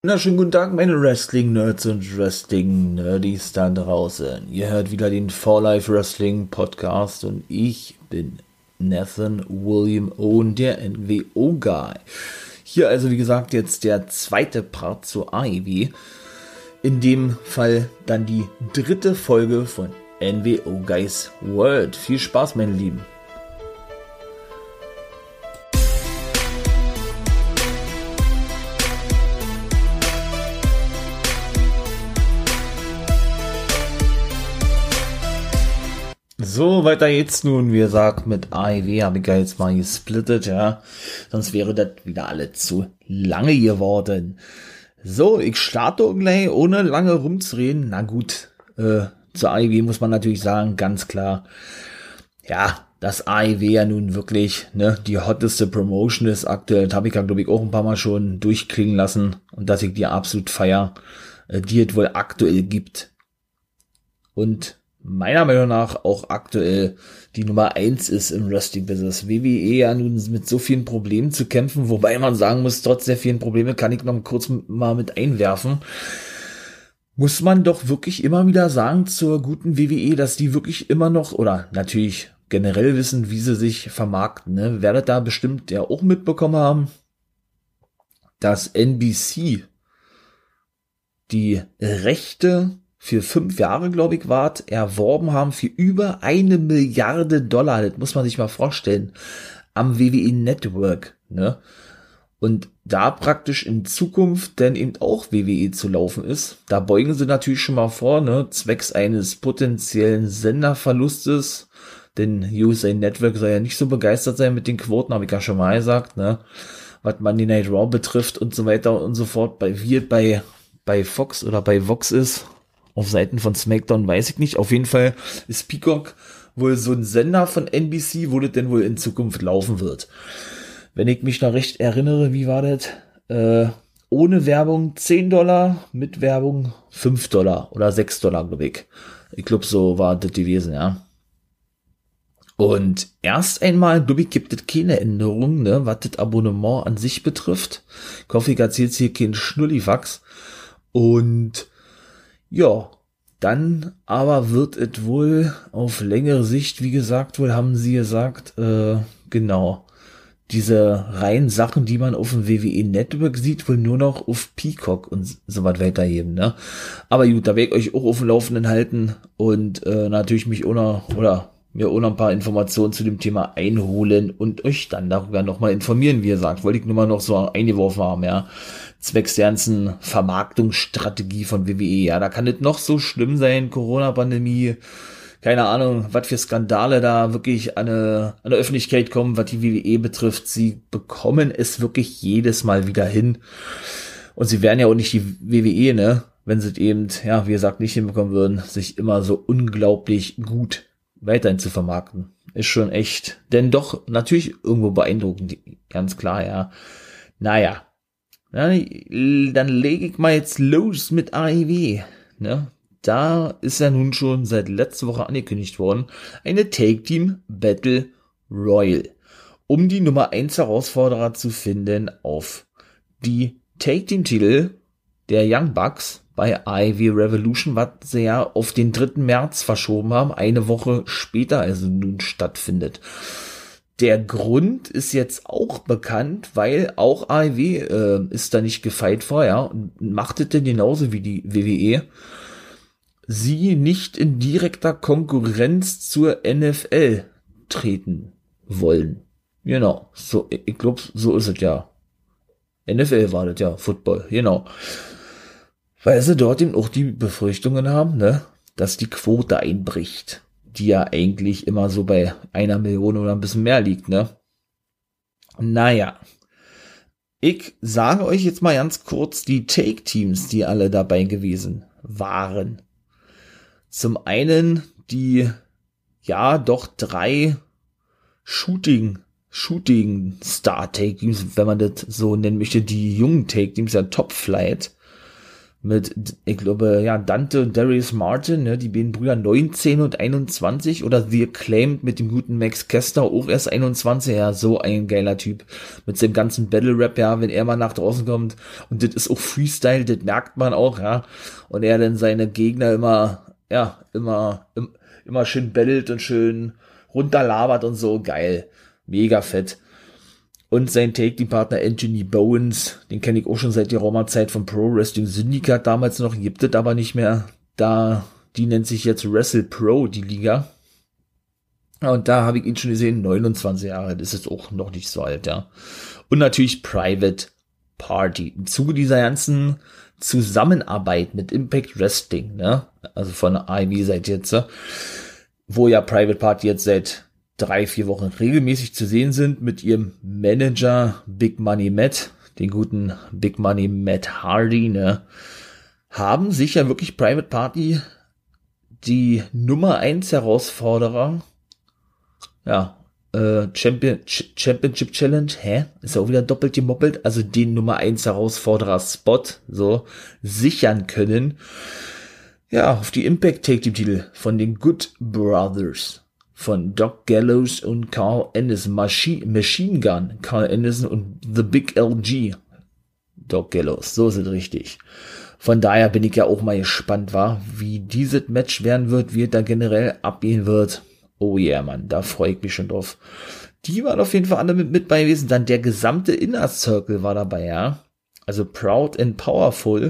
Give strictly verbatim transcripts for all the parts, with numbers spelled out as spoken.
Wunderschönen guten Tag, meine Wrestling-Nerds und Wrestling-Nerdies da draußen. Ihr hört wieder den For Life Wrestling Podcast und ich bin Nathan William Owen, der N W O-Guy. Hier also, wie gesagt, jetzt der zweite Part zu A E W. In dem Fall dann die dritte Folge von N W O-Guys World. Viel Spaß, meine Lieben. So, weiter geht's nun. Wie gesagt, mit A E W habe ich ja jetzt mal gesplittet, ja. Sonst wäre das wieder alle zu lange geworden. So, ich starte gleich, ohne lange rumzureden. Na gut, äh, zur A E W muss man natürlich sagen, ganz klar, ja, dass A E W ja nun wirklich, ne, die hotteste Promotion ist aktuell. Das habe ich ja, glaube ich, auch ein paar Mal schon durchklingen lassen. Und dass ich die absolut feier, äh, die es wohl aktuell gibt. Und meiner Meinung nach auch aktuell die Nummer eins ist im Wrestling-Business. W W E ja nun mit so vielen Problemen zu kämpfen, wobei man sagen muss, trotz der vielen Probleme kann ich noch kurz mal mit einwerfen. Muss man doch wirklich immer wieder sagen zur guten W W E, dass die wirklich immer noch, oder natürlich generell wissen, wie sie sich vermarkten, ne? Werdet da bestimmt ja auch mitbekommen haben, dass N B C die Rechte für fünf Jahre, glaube ich, wart, erworben haben für über eine Milliarde Dollar. Das muss man sich mal vorstellen. Am W W E Network, ne? Und da praktisch in Zukunft dann eben auch W W E zu laufen ist, da beugen sie natürlich schon mal vor, ne? Zwecks eines potenziellen Senderverlustes. Denn U S A Network soll ja nicht so begeistert sein mit den Quoten, habe ich ja schon mal gesagt, ne? Was Monday Night Raw betrifft und so weiter und so fort. Bei, wie es bei, bei Fox oder bei Vox ist, auf Seiten von SmackDown weiß ich nicht. Auf jeden Fall ist Peacock wohl so ein Sender von N B C, wo das denn wohl in Zukunft laufen wird. Wenn ich mich noch recht erinnere, wie war das? Äh, ohne Werbung zehn Dollar, mit Werbung fünf Dollar oder sechs Dollar, glaube ich. Ich glaube, so war das gewesen, ja. Und erst einmal, glaube ich, gibt es keine Änderung, ne, was das Abonnement an sich betrifft. Ich hoffe, ich erzähle jetzt hier keinen Schnullifax. Und ja, dann aber wird es wohl auf längere Sicht, wie gesagt, wohl haben sie gesagt, äh, genau, diese reinen Sachen, die man auf dem W W E Network sieht, wohl nur noch auf Peacock und so was weitergeben, ne? Aber gut, da werde ich euch auch auf dem Laufenden halten und äh, natürlich mich auch noch, oder mir auch noch ein paar Informationen zu dem Thema einholen und euch dann darüber nochmal informieren, wie gesagt, wollte ich nur mal noch so eingeworfen haben, ja. Zwecks der ganzen Vermarktungsstrategie von W W E. Ja, da kann es noch so schlimm sein, Corona-Pandemie, keine Ahnung, was für Skandale da wirklich an eine, an eine Öffentlichkeit kommen, was die W W E betrifft. Sie bekommen es wirklich jedes Mal wieder hin. Und sie wären ja auch nicht die W W E, ne, wenn sie es eben, ja, wie gesagt, nicht hinbekommen würden, sich immer so unglaublich gut weiterhin zu vermarkten. Ist schon echt, denn doch natürlich irgendwo beeindruckend, ganz klar, ja. Naja. Ja, dann lege ich mal jetzt los mit A E W. Ne? Da ist ja nun schon seit letzter Woche angekündigt worden, eine Take-Team Battle Royal, um die Nummer eins Herausforderer zu finden auf die Take-Team-Titel der Young Bucks bei A E W Revolution, was sie ja auf den dritten März verschoben haben, eine Woche später also nun stattfindet. Der Grund ist jetzt auch bekannt, weil auch A E W äh, ist da nicht gefeit vorher und macht es denn genauso wie die W W E. Sie nicht in direkter Konkurrenz zur N F L treten wollen. Genau, so, ich glaube, so ist es ja. N F L war das ja, Football, genau. Weil sie dort eben auch die Befürchtungen haben, ne, dass die Quote einbricht, die ja eigentlich immer so bei einer Million oder ein bisschen mehr liegt, ne? Naja. Ich sage euch jetzt mal ganz kurz die Take-Teams, die alle dabei gewesen waren. Zum einen die, ja, doch drei Shooting, Shooting Star Take-Teams, wenn man das so nennen möchte, die jungen Take-Teams, ja Top Flight, mit, ich glaube, ja, Dante und Darius Martin, ne, die beiden Brüder neunzehn und einundzwanzig, oder The Acclaimed mit dem guten Max Kester, auch erst einundzwanzig, ja, so ein geiler Typ, mit seinem ganzen Battle-Rap, ja, wenn er mal nach draußen kommt, und das ist auch Freestyle, das merkt man auch, ja, und er dann seine Gegner immer, ja, immer, immer schön battelt und schön runterlabert und so, geil, mega fett. Und sein Take-Team-Partner Anthony Bowens, den kenne ich auch schon seit der Roma-Zeit vom Pro Wrestling Syndicate damals noch, gibt es aber nicht mehr. Da, die nennt sich jetzt Wrestle Pro, die Liga. Und da habe ich ihn schon gesehen, neunundzwanzig Jahre, das ist auch noch nicht so alt, ja. Und natürlich Private Party. Im Zuge dieser ganzen Zusammenarbeit mit Impact Wrestling, ne, also von I W seit jetzt, wo ja Private Party jetzt seit drei, vier Wochen regelmäßig zu sehen sind mit ihrem Manager Big Money Matt, den guten Big Money Matt Hardy, ne, haben sich ja wirklich Private Party die Nummer eins Herausforderer, ja, äh, Champion, Ch- Championship Challenge, hä? Ist ja auch wieder doppelt gemoppelt, also den Nummer eins Herausforderer Spot, so, sichern können. Ja, auf die Impact Take Team Titel von den Good Brothers. Von Doc Gallows und Carl Anderson, Machi- Machine Gun, Carl Anderson und The Big L G, Doc Gallows, so ist es richtig. Von daher bin ich ja auch mal gespannt, war, wie dieses Match werden wird, wie es da generell abgehen wird. Oh yeah, Mann, da freue ich mich schon drauf. Die waren auf jeden Fall alle mit, mit bei gewesen. Dann der gesamte Inner Circle war dabei, ja. Also Proud and Powerful,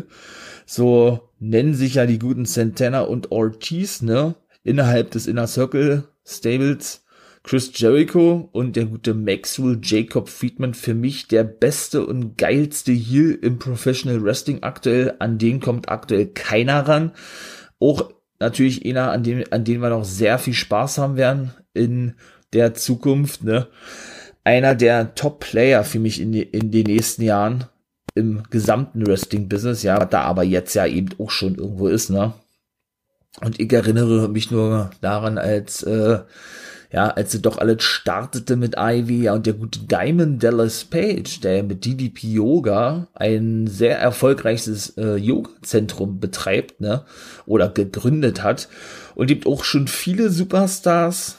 so nennen sich ja die guten Santana und Ortiz, ne, innerhalb des Inner Circle Stables. Chris Jericho und der gute Maxwell Jacob Friedman, für mich der beste und geilste Heel im Professional Wrestling aktuell. An den kommt aktuell keiner ran. Auch natürlich einer, an dem, an dem wir noch sehr viel Spaß haben werden in der Zukunft, ne. Einer der Top-Player für mich in, die, in den nächsten Jahren im gesamten Wrestling-Business, ja, da aber jetzt ja eben auch schon irgendwo ist, ne. Und ich erinnere mich nur daran, als, äh, ja, als sie doch alles startete mit Ivy, ja, und der gute Diamond Dallas Page, der mit D D P Yoga ein sehr erfolgreiches äh, Yoga-Zentrum betreibt, ne, oder gegründet hat, und eben auch schon viele Superstars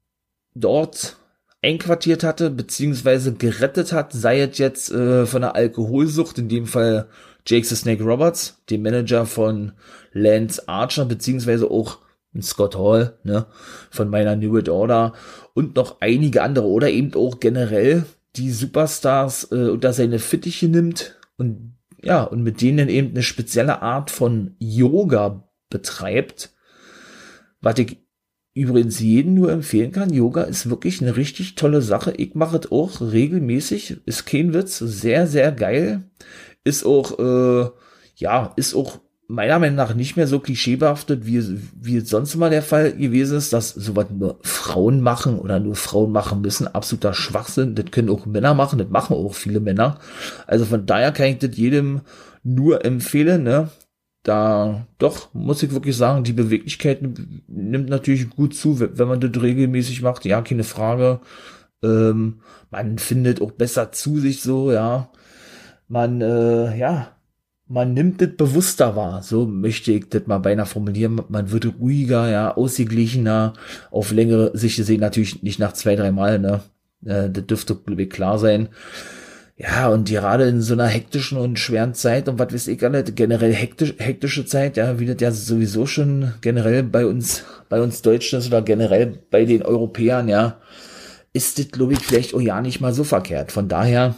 dort einquartiert hatte, beziehungsweise gerettet hat, sei es jetzt äh, von der Alkoholsucht, in dem Fall Jake the Snake Roberts, dem Manager von Lance Archer, beziehungsweise auch Scott Hall, ne, von meiner New World Order, und noch einige andere, oder eben auch generell die Superstars äh, unter seine Fittiche nimmt und ja, und mit denen eben eine spezielle Art von Yoga betreibt, was ich übrigens jedem nur empfehlen kann. Yoga ist wirklich eine richtig tolle Sache. Ich mache es auch regelmäßig, ist kein Witz, sehr, sehr geil. Ist auch, äh, ja, ist auch meiner Meinung nach nicht mehr so klischeebehaftet, wie, wie es sonst immer der Fall gewesen ist, dass sowas nur Frauen machen oder nur Frauen machen müssen. Absoluter Schwachsinn. Das können auch Männer machen, das machen auch viele Männer. Also von daher kann ich das jedem nur empfehlen, ne. Da, doch, muss ich wirklich sagen, die Beweglichkeit nimmt natürlich gut zu, wenn man das regelmäßig macht. Ja, keine Frage. Ähm, man findet auch besser zu sich so, ja. Man, äh, ja, man nimmt das bewusster wahr, so möchte ich das mal beinahe formulieren. Man wird ruhiger, ja, ausgeglichener, auf längere Sicht gesehen, natürlich nicht nach zwei, drei Mal, ne. Äh, das dürfte klar sein. Ja, und gerade in so einer hektischen und schweren Zeit und was weiß ich alle, generell hektisch, hektische Zeit, ja, wie das ja sowieso schon generell bei uns, bei uns Deutschen ist oder generell bei den Europäern, ja, ist das, glaube ich, vielleicht auch ja nicht mal so verkehrt. Von daher,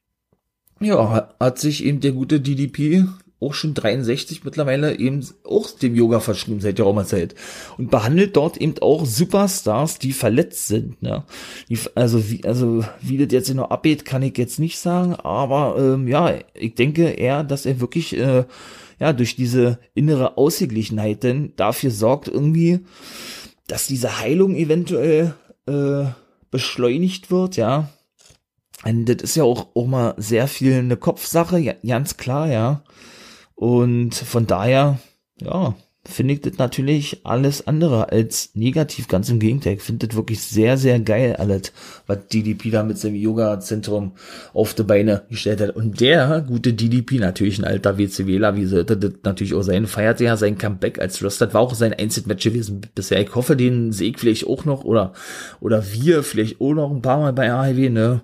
ja, hat sich eben der gute D D P, auch schon dreiundsechzig mittlerweile, eben auch dem Yoga verschrieben seit der Roma-Zeit und behandelt dort eben auch Superstars, die verletzt sind, ne? Die, also wie, also wie das jetzt noch abgeht, kann ich jetzt nicht sagen, aber ähm, ja, ich denke eher, dass er wirklich äh, ja durch diese innere Ausgeglichenheit denn dafür sorgt irgendwie, dass diese Heilung eventuell äh, beschleunigt wird, ja. Und das ist ja auch, auch mal sehr viel eine Kopfsache, ja, ganz klar, ja. Und von daher, ja, finde ich das natürlich alles andere als negativ, ganz im Gegenteil. Ich finde das wirklich sehr, sehr geil, alles, was D D P da mit seinem Yoga-Zentrum auf die Beine gestellt hat. Und der gute D D P, natürlich ein alter WCWler, wie sollte das natürlich auch sein, feierte ja sein Comeback als Wrestler, war auch sein Einzelmatch gewesen bisher. Ich hoffe, den sehe ich vielleicht auch noch, oder, oder wir vielleicht auch noch ein paar Mal bei A E W, ne?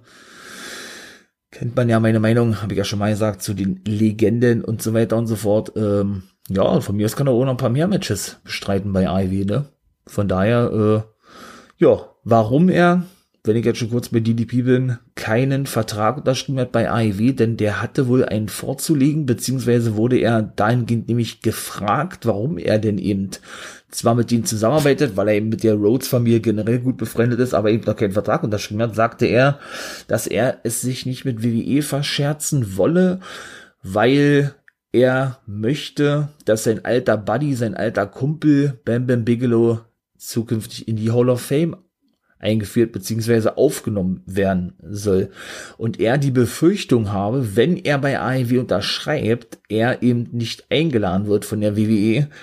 Kennt man ja meine Meinung, habe ich ja schon mal gesagt, zu den Legenden und so weiter und so fort. Ähm, ja, von mir aus kann er auch noch ein paar mehr Matches bestreiten bei A E W, ne? Von daher, äh, ja, warum er, wenn ich jetzt schon kurz bei D D P bin, keinen Vertrag unterschrieben hat bei A E W, denn der hatte wohl einen vorzulegen, beziehungsweise wurde er dahingehend nämlich gefragt, warum er denn eben zwar mit denen zusammenarbeitet, weil er eben mit der Rhodes-Familie generell gut befreundet ist, aber eben noch keinen Vertrag unterschrieben hat, sagte er, dass er es sich nicht mit W W E verscherzen wolle, weil er möchte, dass sein alter Buddy, sein alter Kumpel Bam Bam Bigelow zukünftig in die Hall of Fame eingeführt bzw. aufgenommen werden soll. Und er die Befürchtung habe, wenn er bei A E W unterschreibt, er eben nicht eingeladen wird von der W W E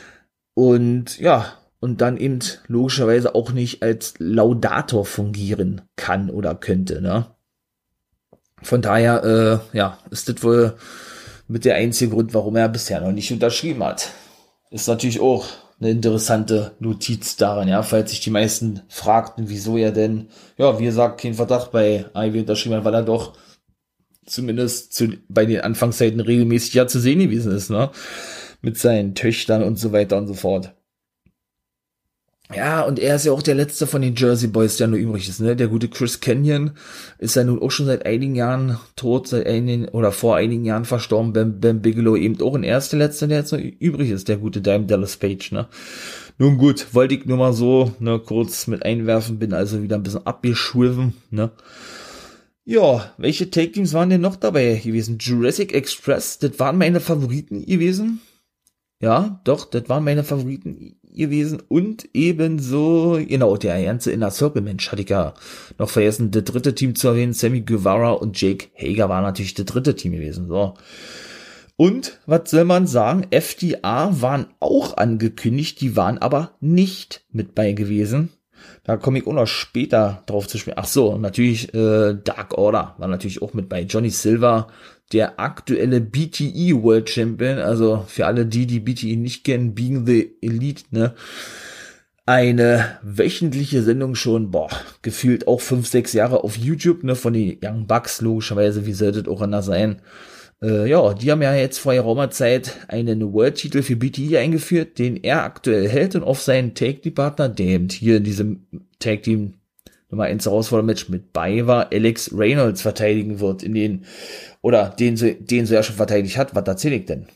und ja, und dann eben logischerweise auch nicht als Laudator fungieren kann oder könnte, ne? Von daher, äh, ja, ist das wohl mit der einzige Grund, warum er bisher noch nicht unterschrieben hat. Ist natürlich auch eine interessante Notiz daran, ja, falls sich die meisten fragten, wieso er denn, ja, wie gesagt, keinen Vertrag bei A E W unterschrieben hat, weil er doch zumindest zu, bei den Anfangszeiten regelmäßig ja zu sehen gewesen ist, ne, mit seinen Töchtern und so weiter und so fort. Ja, und er ist ja auch der letzte von den Jersey Boys, der nur übrig ist, ne? Der gute Chris Kanyon ist ja nun auch schon seit einigen Jahren tot, seit einigen, oder vor einigen Jahren verstorben. Bam, Bam Bigelow eben auch ein erster letzter, der jetzt noch übrig ist, der gute Dime Dallas Page, ne? Nun gut, wollte ich nur mal so, ne, kurz mit einwerfen, bin also wieder ein bisschen abgeschwiffen, ne? Ja, welche Take-Teams waren denn noch dabei gewesen? Jurassic Express, das waren meine Favoriten gewesen. Ja, doch, das waren meine Favoriten gewesen und ebenso, genau, der ganze Inner Circle Mensch hatte ich ja noch vergessen, das dritte Team zu erwähnen, Sammy Guevara und Jake Hager war natürlich das dritte Team gewesen, so. Und, was soll man sagen, F D R waren auch angekündigt, die waren aber nicht mit bei gewesen. Da komme ich auch noch später drauf zu sprechen. Ach so, natürlich äh, Dark Order war natürlich auch mit bei. Johnny Silver, der aktuelle B T E World Champion, also für alle die, die B T E nicht kennen, Being the Elite, ne? Eine wöchentliche Sendung schon, boah, gefühlt auch fünf, sechs Jahre auf YouTube, ne, von den Young Bucks, logischerweise, wie sollte es auch anders sein. Äh, ja, die haben ja jetzt vor geraumer Zeit einen World-Titel für B T E eingeführt, den er aktuell hält und auf seinen Tag-Team-Partner, der eben hier in diesem Tag-Team Nummer eins Herausforderer-Match mit bei war, Alex Reynolds verteidigen wird, in den, oder den sie, den sie ja schon verteidigt hat. Was erzähl ich denn?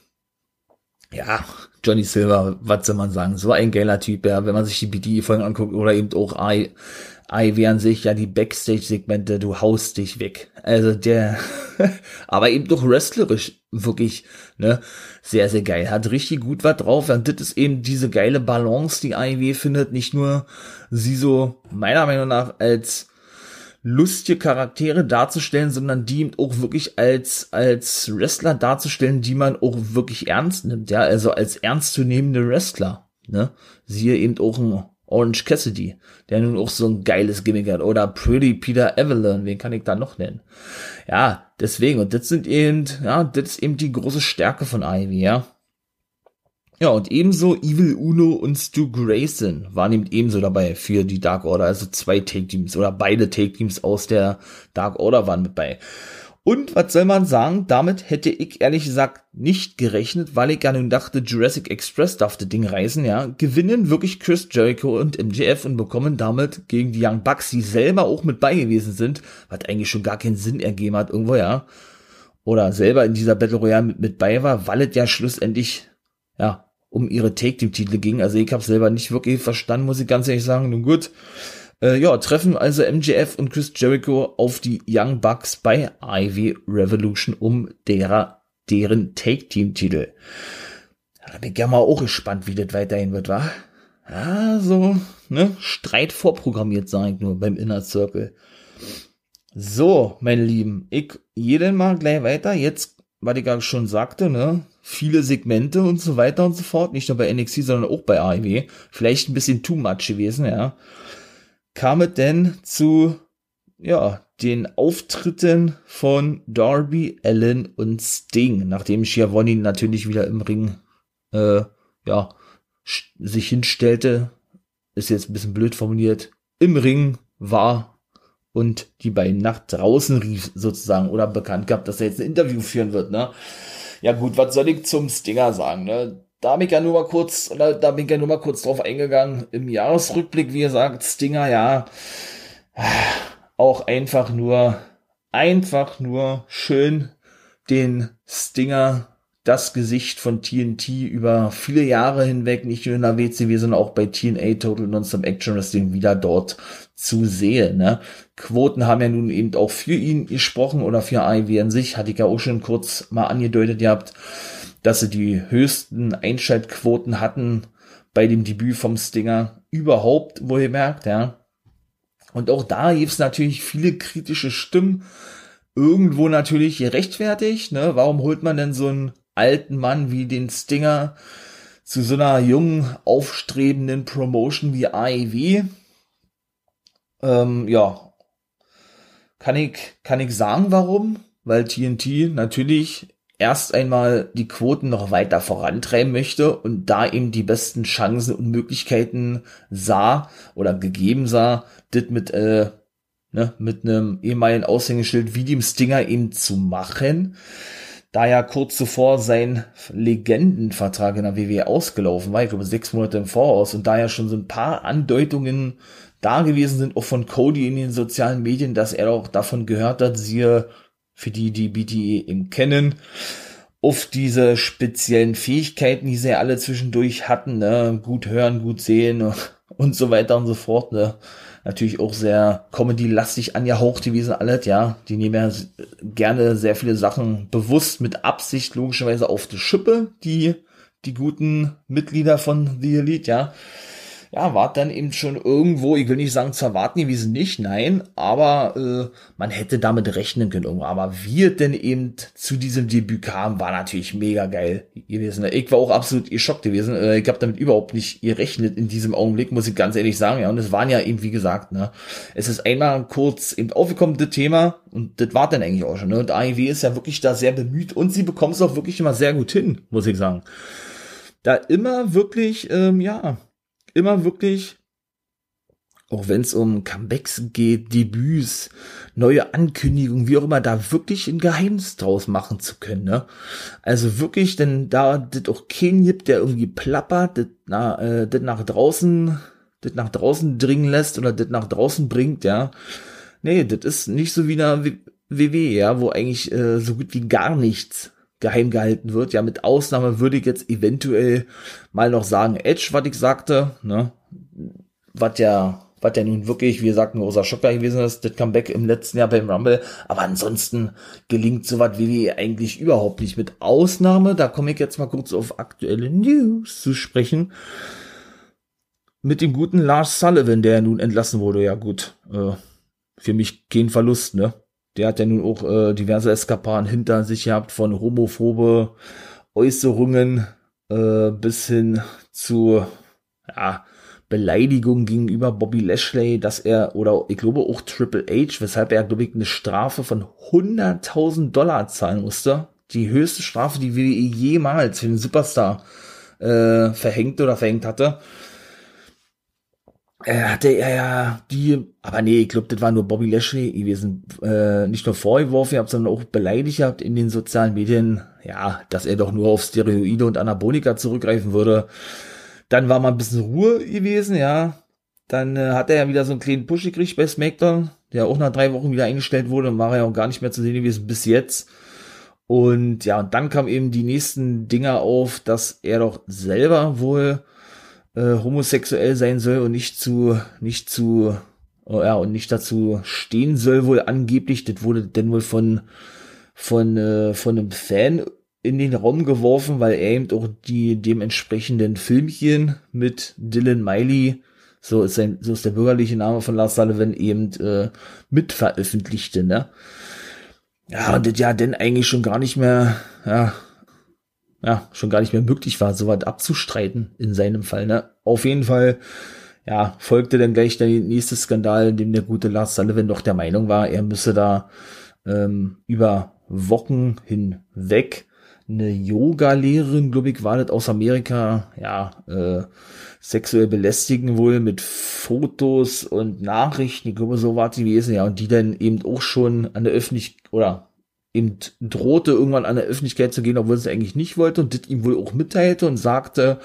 Ja, Johnny Silver, was soll man sagen, so ein geiler Typ, ja, wenn man sich die B T E-Folgen anguckt oder eben auch A E W an sich, ja, die Backstage-Segmente, du haust dich weg. Also der, aber eben doch wrestlerisch wirklich, ne, sehr, sehr geil. Hat richtig gut was drauf. Und das ist eben diese geile Balance, die A E W findet. Nicht nur sie so, meiner Meinung nach, als lustige Charaktere darzustellen, sondern die auch wirklich als, als Wrestler darzustellen, die man auch wirklich ernst nimmt, ja, also als ernstzunehmende Wrestler, ne. Siehe eben auch ein Orange Cassidy, der nun auch so ein geiles Gimmick hat, oder Pretty Peter Avalon, wen kann ich da noch nennen? Ja, deswegen, und das sind eben, ja, das ist eben die große Stärke von A E W, ja. Ja, und ebenso Evil Uno und Stu Grayson waren eben ebenso dabei für die Dark Order, also zwei Take-Teams, oder beide Take-Teams aus der Dark Order waren mit bei. Und was soll man sagen, damit hätte ich ehrlich gesagt nicht gerechnet, weil ich ja nun dachte, Jurassic Express darf das Ding reißen, ja. Gewinnen wirklich Chris Jericho und M J F und bekommen damit gegen die Young Bucks, die selber auch mit bei gewesen sind, was eigentlich schon gar keinen Sinn ergeben hat irgendwo, ja. Oder selber in dieser Battle Royale mit, mit bei war, weil es ja schlussendlich, ja, um ihre Take-Team-Titel ging. Also ich habe selber nicht wirklich verstanden, muss ich ganz ehrlich sagen. Nun gut. Äh, ja, treffen also M J F und Chris Jericho auf die Young Bucks bei A E W Revolution um derer, deren Take-Team-Titel. Da bin ich ja mal auch gespannt, wie das weiterhin wird, wa? Ja, so, ne? Streit vorprogrammiert, sage ich nur, beim Inner Circle. So, meine Lieben, ich jeden mal gleich weiter. Jetzt, was ich ja schon sagte, ne? viele Segmente und so weiter und so fort, nicht nur bei N X T, sondern auch bei A E W, vielleicht ein bisschen too much gewesen, ja, kam es denn zu, ja, den Auftritten von Darby Allin und Sting, nachdem Schiavone natürlich wieder im Ring, äh, ja, sich hinstellte, ist jetzt ein bisschen blöd formuliert, im Ring war und die beiden nach draußen rief sozusagen oder bekannt gab, dass er jetzt ein Interview führen wird, ne? Ja gut, was soll ich zum Stinger sagen, ne? Da bin ich ja nur mal kurz, oder da bin ich ja nur mal kurz drauf eingegangen. Im Jahresrückblick, wie gesagt, Stinger, ja, auch einfach nur, einfach nur schön den Stinger, das Gesicht von T N T über viele Jahre hinweg, nicht nur in der W C W, sondern auch bei T N A, Total Nonstop Action Wrestling, wieder dort zu sehen, ne? Quoten haben ja nun eben auch für ihn gesprochen oder für A E W an sich, hatte ich ja auch schon kurz mal angedeutet gehabt, dass sie die höchsten Einschaltquoten hatten bei dem Debüt vom Stinger überhaupt, wohlgemerkt, ja. Und auch da gibt es natürlich viele kritische Stimmen, irgendwo natürlich gerechtfertigt, ne? Warum holt man denn so einen alten Mann wie den Stinger zu so einer jungen, aufstrebenden Promotion wie A E W? Ähm, ja, kann ich, kann ich sagen, warum? Weil T N T natürlich erst einmal die Quoten noch weiter vorantreiben möchte und da eben die besten Chancen und Möglichkeiten sah oder gegeben sah, das mit, äh, ne, mit einem ehemaligen Aushängeschild wie dem Stinger eben zu machen. Da ja kurz zuvor sein Legendenvertrag in der W W E ausgelaufen war, ich glaube sechs Monate im Voraus, und da ja schon so ein paar Andeutungen da gewesen sind, auch von Cody in den sozialen Medien, dass er auch davon gehört hat, siehe, für die, die B T E eben kennen, auf diese speziellen Fähigkeiten, die sie ja alle zwischendurch hatten, ne, gut hören, gut sehen und so weiter und so fort, ne. Natürlich auch sehr Comedy-lastig angehaucht gewesen alles, ja. Die nehmen ja gerne sehr viele Sachen bewusst mit Absicht logischerweise auf die Schippe, die, die guten Mitglieder von The Elite, ja. Ja, war dann eben schon irgendwo, ich will nicht sagen zu erwarten gewesen, nicht, nein, aber äh, man hätte damit rechnen können irgendwo. Aber wie es denn eben zu diesem Debüt kam, war natürlich mega geil gewesen. Ich war auch absolut geschockt gewesen. Äh, ich habe damit überhaupt nicht gerechnet in diesem Augenblick, muss ich ganz ehrlich sagen. Ja, und es waren ja eben, wie gesagt, ne, es ist einmal kurz eben aufgekommen, das Thema, und das war dann eigentlich auch schon. Ne? Und A E W ist ja wirklich da sehr bemüht und sie bekommt es auch wirklich immer sehr gut hin, muss ich sagen. Da immer wirklich, ähm, ja, immer wirklich, auch wenn es um Comebacks geht, Debüts, neue Ankündigungen, wie auch immer, da wirklich ein Geheimnis draus machen zu können, ne? Also wirklich, denn da das auch keinen gibt, der irgendwie plappert, das na, äh, das nach draußen, das nach draußen dringen lässt oder das nach draußen bringt, ja. Nee, das ist nicht so wie in der W W, ja, wo eigentlich äh, so gut wie gar nichts geheim gehalten wird. Ja, mit Ausnahme würde ich jetzt eventuell mal noch sagen, Edge, was ich sagte, ne, was ja, was ja nun wirklich, wie gesagt, ein großer Schocker gewesen ist, das Comeback im letzten Jahr beim Rumble, aber ansonsten gelingt sowas wie eigentlich überhaupt nicht, mit Ausnahme, da komme ich jetzt mal kurz auf aktuelle News zu sprechen, mit dem guten Lars Sullivan, der nun entlassen wurde. Ja gut, äh, für mich kein Verlust, ne. Der hat ja nun auch äh, diverse Eskapaden hinter sich gehabt, von homophobe Äußerungen äh, bis hin zu ja, Beleidigung gegenüber Bobby Lashley, dass er, oder ich glaube auch Triple H, weshalb er, glaube ich, eine Strafe von hunderttausend Dollar zahlen musste. Die höchste Strafe, die W W E jemals für den Superstar äh, verhängt oder verhängt hatte. Er hatte er ja die, aber nee, ich glaube, das war nur Bobby Lashley gewesen, äh, nicht nur vorgeworfen gehabt, sondern auch beleidigt gehabt in den sozialen Medien, ja, dass er doch nur auf Steroide und Anabolika zurückgreifen würde. Dann war mal ein bisschen Ruhe gewesen, ja. Dann äh, hat er ja wieder so einen kleinen Push gekriegt bei SmackDown, der auch nach drei Wochen wieder eingestellt wurde und war er ja auch gar nicht mehr zu sehen gewesen bis jetzt. Und ja, und dann kamen eben die nächsten Dinger auf, dass er doch selber wohl Äh, homosexuell sein soll und nicht zu, nicht zu, oh ja, und nicht dazu stehen soll, wohl angeblich. Das wurde denn wohl von, von, äh, von einem Fan in den Raum geworfen, weil er eben auch die dementsprechenden Filmchen mit Dylan Miley, so ist sein, so ist der bürgerliche Name von Lars Sullivan, eben äh, mit veröffentlichte, ne? Ja, und das ja denn eigentlich schon gar nicht mehr, ja, ja, schon gar nicht mehr möglich war, so was abzustreiten in seinem Fall, ne? Auf jeden Fall, ja, folgte dann gleich der nächste Skandal, in dem der gute Lars Sullivan doch der Meinung war, er müsse da ähm, über Wochen hinweg eine Yoga-Lehrerin, glaube ich, war das aus Amerika, ja, äh, sexuell belästigen wohl mit Fotos und Nachrichten, ich glaube, so war es gewesen, ja, und die dann eben auch schon an der Öffentlichkeit, oder eben drohte, irgendwann an der Öffentlichkeit zu gehen, obwohl sie eigentlich nicht wollte und das ihm wohl auch mitteilte und sagte,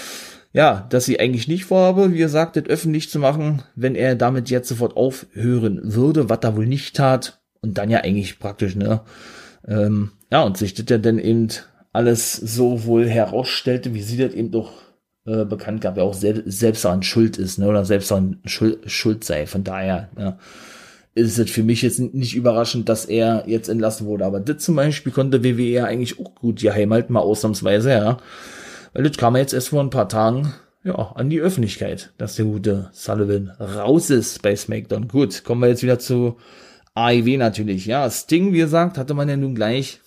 ja, dass sie eigentlich nicht vorhabe, wie er sagt, das öffentlich zu machen, wenn er damit jetzt sofort aufhören würde, was er wohl nicht tat und dann ja eigentlich praktisch, ne, ähm, ja, und sich das ja dann eben alles so wohl herausstellte, wie sie das eben doch äh, bekannt gab, ja auch sel- selbst daran schuld ist, ne, oder selbst daran schuld, schuld sei, von daher, ja, ist es für mich jetzt nicht überraschend, dass er jetzt entlassen wurde, aber das zum Beispiel konnte W W E ja eigentlich auch gut geheim halten, mal ausnahmsweise, ja. Weil das kam ja jetzt erst vor ein paar Tagen, ja, an die Öffentlichkeit, dass der gute Sullivan raus ist bei SmackDown. Gut, kommen wir jetzt wieder zu A E W natürlich. Ja, Sting, wie gesagt, hatte man ja nun gleich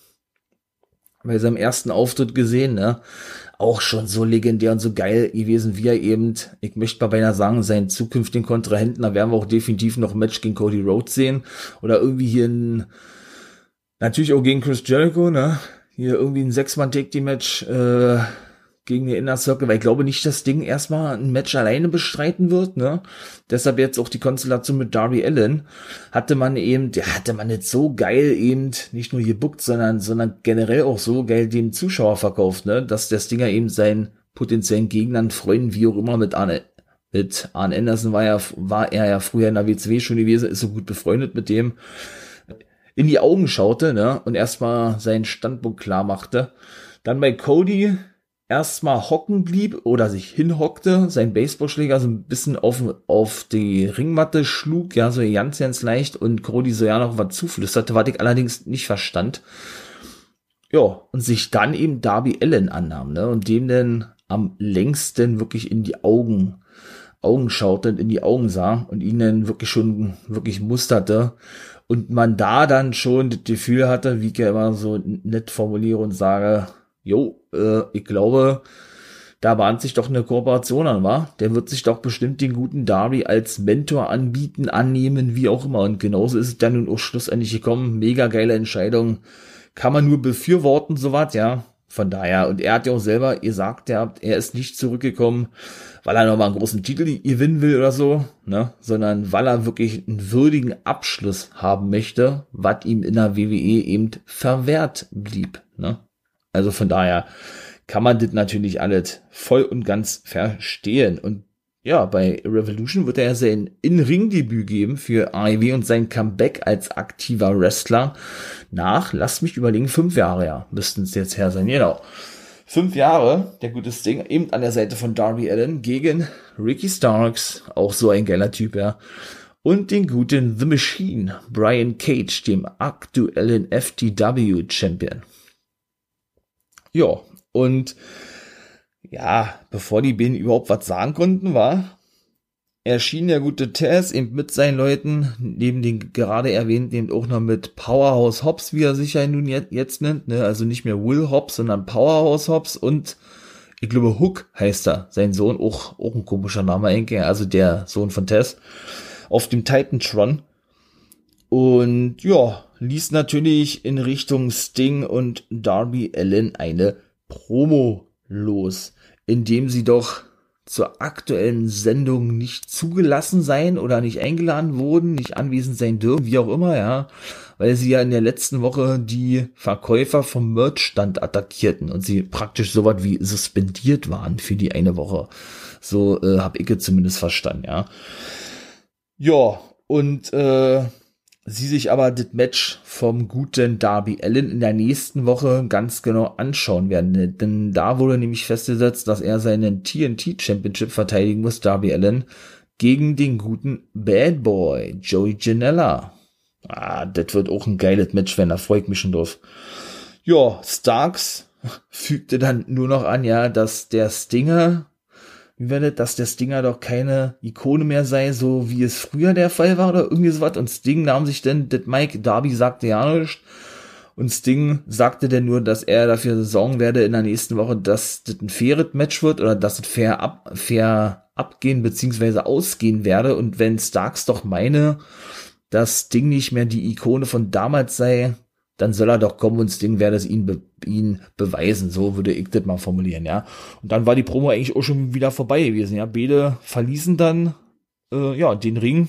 bei seinem ersten Auftritt gesehen, ne? Auch schon so legendär und so geil gewesen, wie er eben, ich möchte mal beinahe sagen, seinen zukünftigen Kontrahenten, da werden wir auch definitiv noch ein Match gegen Cody Rhodes sehen. Oder irgendwie hier ein, natürlich auch gegen Chris Jericho, ne? Hier irgendwie ein Sechs-Mann-Take-Team-Match, äh, gegen den Inner Circle, weil ich glaube nicht, dass Ding erstmal ein Match alleine bestreiten wird, ne? Deshalb jetzt auch die Konstellation mit Darby Allin. Hatte man eben, ja, hatte man jetzt so geil eben, nicht nur gebuckt, sondern, sondern generell auch so geil dem Zuschauer verkauft, ne? Dass der Stinger eben seinen potenziellen Gegnern, Freunden, wie auch immer, mit Arne, mit Arne Anderson war ja, war er ja früher in der W C W schon gewesen, ist so gut befreundet mit dem, in die Augen schaute, ne? Und erstmal seinen Standpunkt klar machte. Dann bei Cody erstmal hocken blieb oder sich hinhockte, sein Baseballschläger so ein bisschen auf, auf die Ringmatte schlug, ja, so ganz, ganz leicht und Cody so ja noch was zuflüsterte, was ich allerdings nicht verstand. Ja, und sich dann eben Darby Allin annahm, ne, und dem dann am längsten wirklich in die Augen, Augen schaute und in die Augen sah und ihn dann wirklich schon, wirklich musterte und man da dann schon das Gefühl hatte, wie ich ja immer so nett formuliere und sage, jo, äh, ich glaube, da bahnt sich doch eine Kooperation an, wa? Der wird sich doch bestimmt den guten Darby als Mentor anbieten, annehmen, wie auch immer. Und genauso ist es dann nun auch schlussendlich gekommen. Mega geile Entscheidung. Kann man nur befürworten, sowas, ja. Von daher, und er hat ja auch selber gesagt, er, er ist nicht zurückgekommen, weil er nochmal einen großen Titel gewinnen will oder so, ne, sondern weil er wirklich einen würdigen Abschluss haben möchte, was ihm in der W W E eben verwehrt blieb, ne. Also von daher kann man das natürlich alles voll und ganz verstehen. Und ja, bei Revolution wird er ja sein In-Ring-Debüt geben für A E W und sein Comeback als aktiver Wrestler nach, lasst mich überlegen, fünf Jahre, ja, müssten es jetzt her sein, genau. Fünf Jahre, der gute Ding, eben an der Seite von Darby Allin gegen Ricky Starks, auch so ein geiler Typ, ja. Und den guten The Machine, Brian Cage, dem aktuellen F T W-Champion. Ja, und ja, bevor die beiden überhaupt was sagen konnten, war, erschien der gute Taz eben mit seinen Leuten, neben den gerade erwähnten, eben auch noch mit Powerhouse Hobbs, wie er sich ja nun jetzt, jetzt nennt, ne, also nicht mehr Will Hobbs, sondern Powerhouse Hobbs und ich glaube Hook heißt er, sein Sohn, auch, auch ein komischer Name eigentlich, also der Sohn von Taz, auf dem Titantron. Und ja, ließ natürlich in Richtung Sting und Darby Allin eine Promo los, indem sie doch zur aktuellen Sendung nicht zugelassen seien oder nicht eingeladen wurden, nicht anwesend sein dürfen, wie auch immer, ja, weil sie ja in der letzten Woche die Verkäufer vom Merchstand attackierten und sie praktisch so was wie suspendiert waren für die eine Woche. So äh, habe ich es zumindest verstanden, ja. Ja, und äh, sie sich aber das Match vom guten Darby Allin in der nächsten Woche ganz genau anschauen werden. Denn da wurde nämlich festgesetzt, dass er seinen T N T Championship verteidigen muss, Darby Allin, gegen den guten Bad Boy, Joey Janela. Ah, das wird auch ein geiles Match werden, da freue ich mich schon drauf. Ja, Starks fügte dann nur noch an, ja, dass der Stinger, wie war das, dass der Stinger doch keine Ikone mehr sei, so wie es früher der Fall war oder irgendwie sowas. Und Sting nahm sich dann das Mike, Darby sagte ja nichts. Und Sting sagte denn nur, dass er dafür sorgen werde in der nächsten Woche, dass das ein faires Match wird oder dass es fair, ab, fair abgehen bzw. ausgehen werde. Und wenn Starks doch meine, dass Sting nicht mehr die Ikone von damals sei, dann soll er doch kommen und Sting werde es ihn, be- ihn beweisen. So würde ich das mal formulieren, ja. Und dann war die Promo eigentlich auch schon wieder vorbei gewesen, ja. Beide verließen dann, äh, ja, den Ring.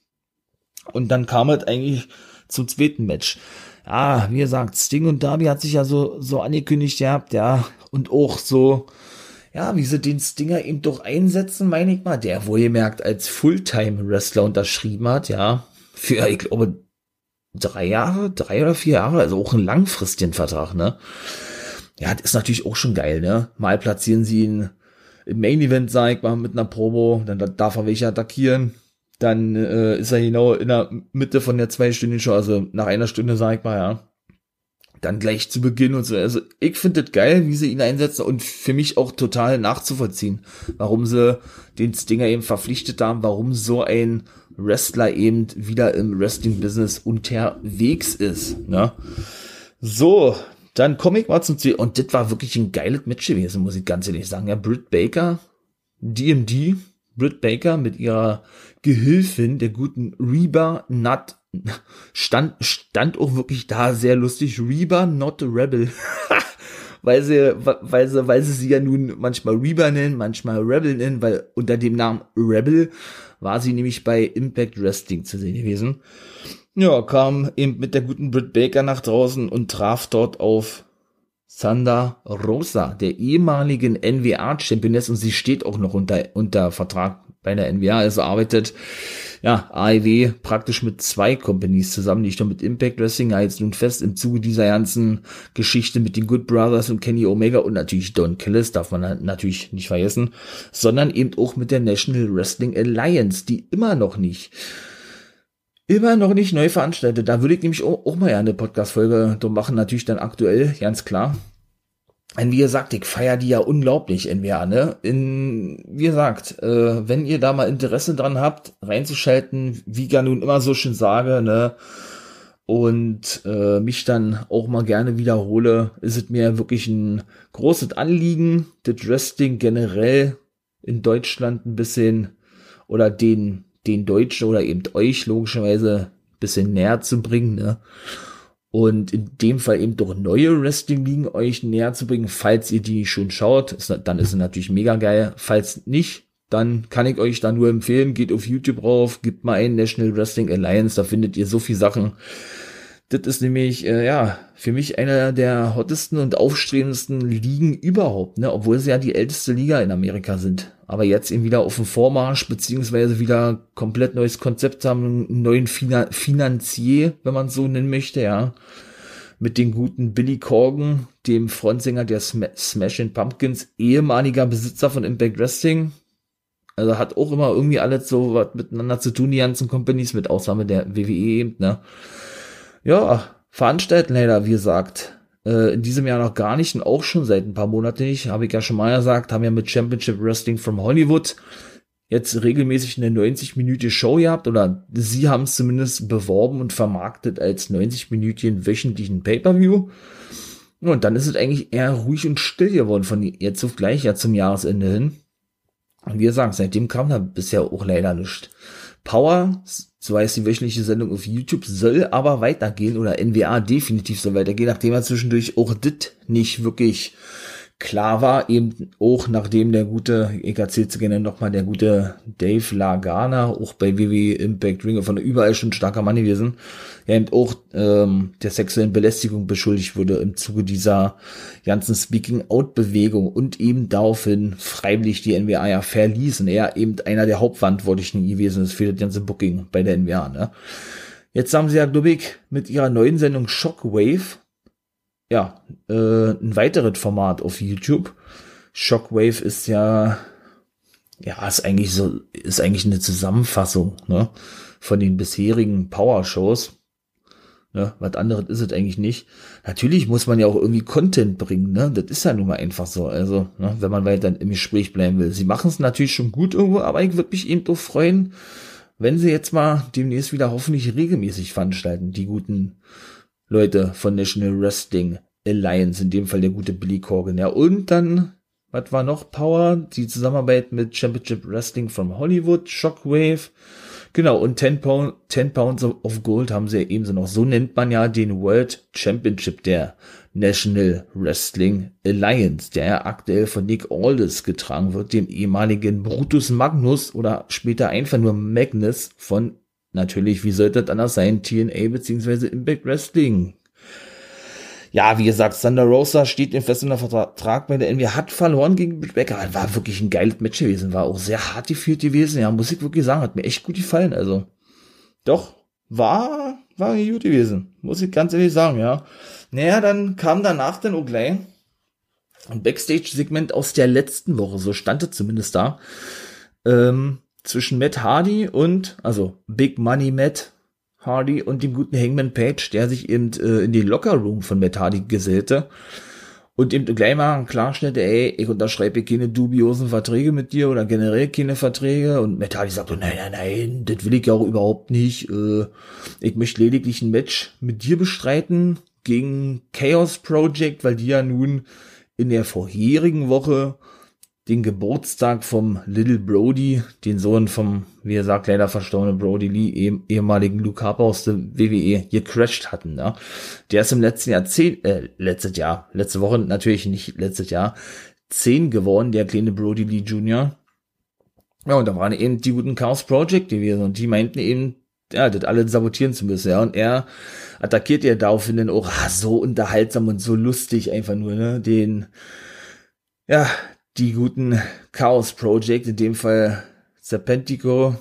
Und dann kam es eigentlich zum zweiten Match. Ja, wie gesagt, Sting und Darby hat sich ja so, so angekündigt gehabt, ja. Und auch so, ja, wie sie den Stinger eben doch einsetzen, meine ich mal, der wohlgemerkt als Fulltime-Wrestler unterschrieben hat, ja. Für, ich glaube, drei Jahre, drei oder vier Jahre, also auch einen langfristigen Vertrag, ne? Ja, das ist natürlich auch schon geil, ne? Mal platzieren sie ihn im Main-Event, sag ich mal, mit einer Promo, dann darf er welche attackieren, dann äh, ist er genau in der Mitte von der zweistündigen Show, also nach einer Stunde, sag ich mal, ja. Dann gleich zu Beginn und so, also ich finde das geil, wie sie ihn einsetzen und für mich auch total nachzuvollziehen, warum sie den Stinger eben verpflichtet haben, warum so ein Wrestler eben wieder im Wrestling-Business unterwegs ist, ne? So, dann komme ich mal zum Ziel. Und das war wirklich ein geiles Match gewesen, muss ich ganz ehrlich sagen. Ja, Britt Baker, D M D, Britt Baker mit ihrer Gehilfin, der guten Reba Not, stand, stand auch wirklich da sehr lustig. Reba Not a Rebel. weil sie, weil sie, weil sie sie ja nun manchmal Reba nennen, manchmal Rebel nennen, weil unter dem Namen Rebel war sie nämlich bei Impact Wrestling zu sehen gewesen. Ja, kam eben mit der guten Britt Baker nach draußen und traf dort auf Thunder Rosa, der ehemaligen N W A-Championess, und sie steht auch noch unter, unter Vertrag bei der N W A, also arbeitet ja A E W praktisch mit zwei Companies zusammen, nicht nur mit Impact Wrestling, ja, jetzt nun fest im Zuge dieser ganzen Geschichte mit den Good Brothers und Kenny Omega und natürlich Don Callis, darf man natürlich nicht vergessen, sondern eben auch mit der National Wrestling Alliance, die immer noch nicht immer noch nicht neu veranstaltet. Da würde ich nämlich auch, auch mal ja eine Podcast-Folge drum machen, natürlich dann aktuell, ganz klar. Und wie gesagt, ich feiere die ja unglaublich, N W A, ne? In, wie gesagt, äh, wenn ihr da mal Interesse dran habt, reinzuschalten, wie ich ja nun immer so schön sage, ne? Und äh, mich dann auch mal gerne wiederhole, ist es mir wirklich ein großes Anliegen, das Wrestling generell in Deutschland ein bisschen oder den, den Deutschen oder eben euch logischerweise ein bisschen näher zu bringen, ne? Und in dem Fall eben doch neue Wrestling-Ligen euch näher zu bringen, falls ihr die schon schaut, ist, dann ist es natürlich mega geil. Falls nicht, dann kann ich euch da nur empfehlen, geht auf YouTube rauf, gebt mal ein National Wrestling Alliance, da findet ihr so viel Sachen. Das ist nämlich, äh, ja, für mich einer der hottesten und aufstrebendsten Ligen überhaupt, ne, obwohl sie ja die älteste Liga in Amerika sind. Aber jetzt eben wieder auf dem Vormarsch, beziehungsweise wieder komplett neues Konzept haben, einen neuen Finan- Finanzier, wenn man es so nennen möchte, ja. Mit den guten Billy Corgan, dem Frontsänger der Sm- Smashing Pumpkins, ehemaliger Besitzer von Impact Wrestling. Also hat auch immer irgendwie alles so was miteinander zu tun, die ganzen Companies, mit Ausnahme der W W E eben, ne. Ja, veranstalten leider, wie gesagt, äh, in diesem Jahr noch gar nicht und auch schon seit ein paar Monaten nicht, habe ich ja schon mal gesagt, haben ja mit Championship Wrestling from Hollywood jetzt regelmäßig eine neunzig-minütige Show gehabt, oder sie haben es zumindest beworben und vermarktet als neunzig-minütigen wöchentlichen Pay-Per-View. Und dann ist es eigentlich eher ruhig und still geworden von jetzt auf gleich, ja, zum Jahresende hin. Und wie gesagt, seitdem kam da bisher auch leider nichts. Power, so heißt die wöchentliche Sendung auf YouTube, soll aber weitergehen, oder N W A definitiv soll weitergehen, nachdem er zwischendurch auch das nicht wirklich klar war, eben auch nachdem der gute, ich erzähl's gerne nochmal, der gute Dave Lagana, auch bei W W E Impact Ring von überall schon ein starker Mann gewesen, ja eben auch ähm, der sexuellen Belästigung beschuldigt wurde im Zuge dieser ganzen Speaking-Out-Bewegung und eben daraufhin freiwillig die N W A ja verließ und er eben einer der Hauptverantwortlichen gewesen ist für das ganze Booking bei der N W A, ne? Jetzt haben sie ja, glaube ich, mit ihrer neuen Sendung Shockwave ja, äh, ein weiteres Format auf YouTube. Shockwave ist ja, ja, ist eigentlich so, ist eigentlich eine Zusammenfassung, ne, von den bisherigen Power-Shows. Ne, was anderes ist es eigentlich nicht. Natürlich muss man ja auch irgendwie Content bringen, ne, das ist ja nun mal einfach so, also, ne, wenn man weiter im Gespräch bleiben will. Sie machen es natürlich schon gut irgendwo, aber ich würde mich eben doch freuen, wenn sie jetzt mal demnächst wieder hoffentlich regelmäßig veranstalten, die guten Leute von National Wrestling Alliance, in dem Fall der gute Billy Corgan. Ja, und dann, was war noch? Power, die Zusammenarbeit mit Championship Wrestling from Hollywood, Shockwave. Genau, und ten Pound, ten Pounds of Gold haben sie ja ebenso noch. So nennt man ja den World Championship der National Wrestling Alliance, der ja aktuell von Nick Aldis getragen wird, dem ehemaligen Brutus Magnus oder später einfach nur Magnus von, natürlich, wie sollte das anders sein, T N A bzw. Impact Wrestling. Ja, wie gesagt, Thunder Rosa steht im fest unter Vertrag bei der N W A, hat verloren gegen Britt Baker, war wirklich ein geiles Match gewesen, war auch sehr hart geführt gewesen, ja, muss ich wirklich sagen, hat mir echt gut gefallen, also, doch, war, war gut gewesen, muss ich ganz ehrlich sagen, ja. Naja, dann kam danach dann auch gleich ein Backstage-Segment aus der letzten Woche, so stand es zumindest da, ähm, zwischen Matt Hardy und, also, Big Money Matt Hardy und dem guten Hangman Page, der sich eben äh, in den Locker-Room von Matt Hardy gesellte und eben gleich mal klarstellte, ey, ich unterschreibe keine dubiosen Verträge mit dir oder generell keine Verträge, und Matt Hardy sagte, nein, nein, nein, das will ich ja auch überhaupt nicht, äh, ich möchte lediglich ein Match mit dir bestreiten gegen Chaos Project, weil die ja nun in der vorherigen Woche den Geburtstag vom Little Brody, den Sohn vom, wie er sagt, leider verstorbenen Brody Lee, eh, ehemaligen Luke Harper aus der W W E, gecrashed hatten. Ne? Der ist im letzten Jahr zehn, äh, letztes Jahr, letzte Woche natürlich nicht letztes Jahr, zehn geworden, der kleine Brody Lee Junior Ja, und da waren eben die guten Chaos Project gewesen und die meinten eben, ja, das alle sabotieren zu müssen, ja, und er attackiert ja daraufhin dann auch, ah, so unterhaltsam und so lustig einfach nur, ne, den, ja, die guten Chaos Project, in dem Fall Serpentico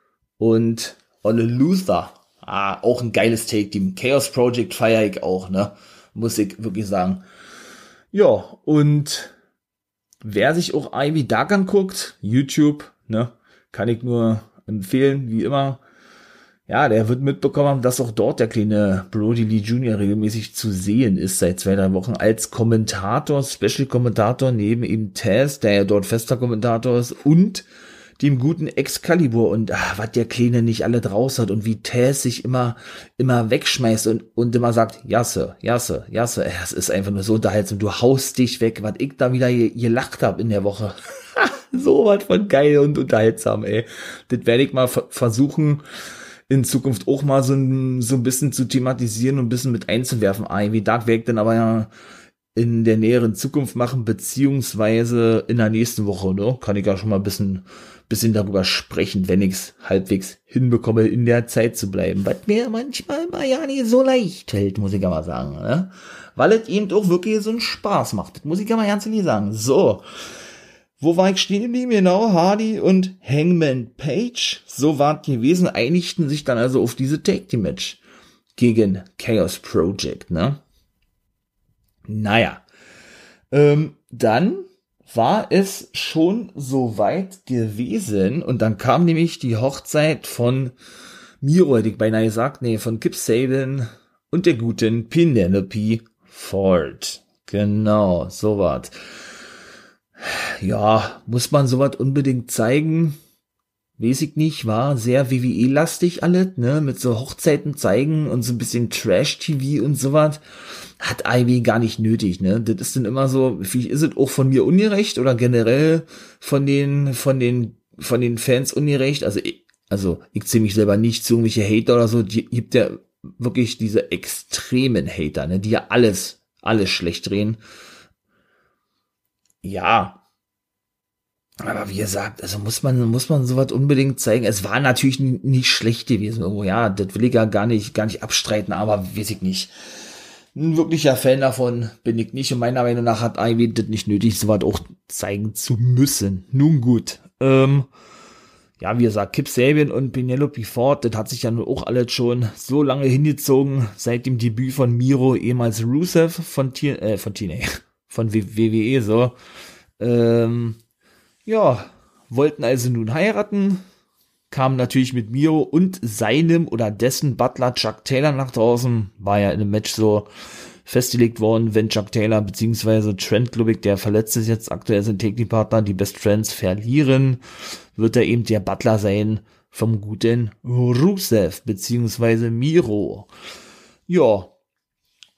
und Ole Luther. Ah, auch ein geiles Take-Team. Chaos Project feiere ich auch, ne? Muss ich wirklich sagen. Ja, und wer sich auch Ivy Dark anguckt, YouTube, ne? Kann ich nur empfehlen, wie immer. Ja, der wird mitbekommen haben, dass auch dort der kleine Brody Lee Junior regelmäßig zu sehen ist seit zwei, drei Wochen als Kommentator, Special-Kommentator neben ihm Taz, der ja dort fester Kommentator ist, und dem guten Excalibur, und ah, was der Kleine nicht alle draus hat und wie Taz sich immer immer wegschmeißt und und immer sagt, ja Sir, ja Sir, ja Sir, es ist einfach nur so unterhaltsam, du haust dich weg, was ich da wieder gelacht hab in der Woche. So was von geil und unterhaltsam, ey. Das werde ich mal f- versuchen, in Zukunft auch mal so ein, so ein bisschen zu thematisieren und ein bisschen mit einzuwerfen. Ivy Dark werde ich dann aber ja in der näheren Zukunft machen, beziehungsweise in der nächsten Woche, ne? Kann ich ja schon mal ein bisschen, bisschen darüber sprechen, wenn ich es halbwegs hinbekomme, in der Zeit zu bleiben. Was mir manchmal mal ja nicht so leicht fällt, muss ich ja mal sagen, ne? Weil es eben auch wirklich so einen Spaß macht. Das muss ich ja mal ganz ehrlich sagen. So. Wo war ich stehen geblieben? Genau, Hardy und Hangman Page, so war es gewesen, einigten sich dann also auf diese Tag-Team-Match gegen Chaos Project, ne? Naja, ähm, dann war es schon so weit gewesen und dann kam nämlich die Hochzeit von Miro, hätte ich beinahe gesagt, nee, von Kip Sabian und der guten Penelope Ford. Genau, so war's. Ja, muss man sowas unbedingt zeigen? Weiß ich nicht, war sehr W W E-lastig alles, ne, mit so Hochzeiten zeigen und so ein bisschen Trash-T V und sowas. Hat Ivy gar nicht nötig, ne. Das ist dann immer so, vielleicht ist es auch von mir ungerecht oder generell von den, von den, von den Fans ungerecht. Also, ich, also, ich zähle mich selber nicht zu irgendwelche Hater oder so. Die gibt ja wirklich diese extremen Hater, ne, die ja alles, alles schlecht drehen. Ja, aber wie gesagt, also muss man, muss man sowas unbedingt zeigen. Es war natürlich n- nicht schlecht gewesen irgendwo, ja, das will ich ja gar nicht, gar nicht abstreiten, aber weiß ich nicht. Ein wirklicher Fan davon bin ich nicht und meiner Meinung nach hat Ivy das nicht nötig, sowas auch zeigen zu müssen. Nun gut, ähm, ja, wie gesagt, Kip Sabian und Penelope Ford, das hat sich ja nun auch alles schon so lange hingezogen, seit dem Debüt von Miro, ehemals Rusev von T, äh, von T N A, von W W E, so, ähm, ja, wollten also nun heiraten, kamen natürlich mit Miro und seinem oder dessen Butler Chuck Taylor nach draußen, war ja in einem Match so festgelegt worden, wenn Chuck Taylor bzw. Trent Lubbock, der verletzt ist jetzt aktuell, sind Tag-Team-Partner, die Best Friends verlieren, wird er eben der Butler sein vom guten Rusev bzw. Miro. Ja,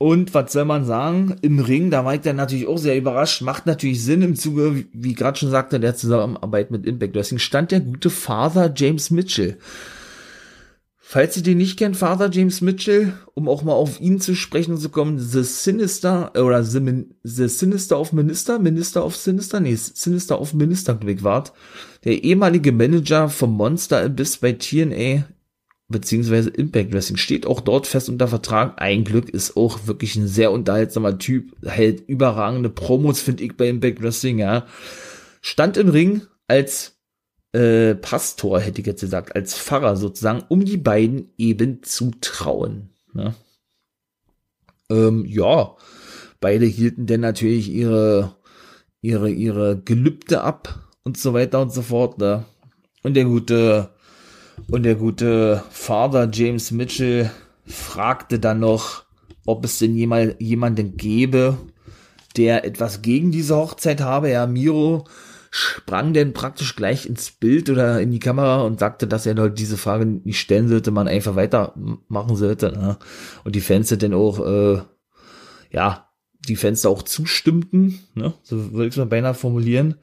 Und was soll man sagen, im Ring, da war ich dann natürlich auch sehr überrascht, macht natürlich Sinn im Zuge, wie, wie gerade schon sagte, der Zusammenarbeit mit Impact Wrestling, stand der gute Father James Mitchell. Falls ihr den nicht kennt, Father James Mitchell, um auch mal auf ihn zu sprechen zu kommen, The Sinister, oder The, Min, The Sinister of Minister, Minister of Sinister, nee, Sinister of Minister, glaube ich, war der ehemalige Manager vom Monster Abyss bei T N A, beziehungsweise Impact Wrestling, steht auch dort fest unter Vertrag. Ein Glück, ist auch wirklich ein sehr unterhaltsamer Typ, hält überragende Promos, finde ich, bei Impact Wrestling, ja. Stand im Ring als äh, Pastor, hätte ich jetzt gesagt, als Pfarrer sozusagen, um die beiden eben zu trauen. Ne? Ähm, ja, beide hielten dann natürlich ihre, ihre, ihre Gelübde ab und so weiter und so fort. Ne? Und der gute Und der gute Father James Mitchell fragte dann noch, ob es denn jemand, jemanden gäbe, der etwas gegen diese Hochzeit habe. Ja, Miro sprang denn praktisch gleich ins Bild oder in die Kamera und sagte, dass er dort diese Frage nicht stellen sollte, man einfach weitermachen sollte. Ne? Und die Fans dann auch, äh, ja, die Fans da auch zustimmten, ne? So würde ich es mal beinahe formulieren.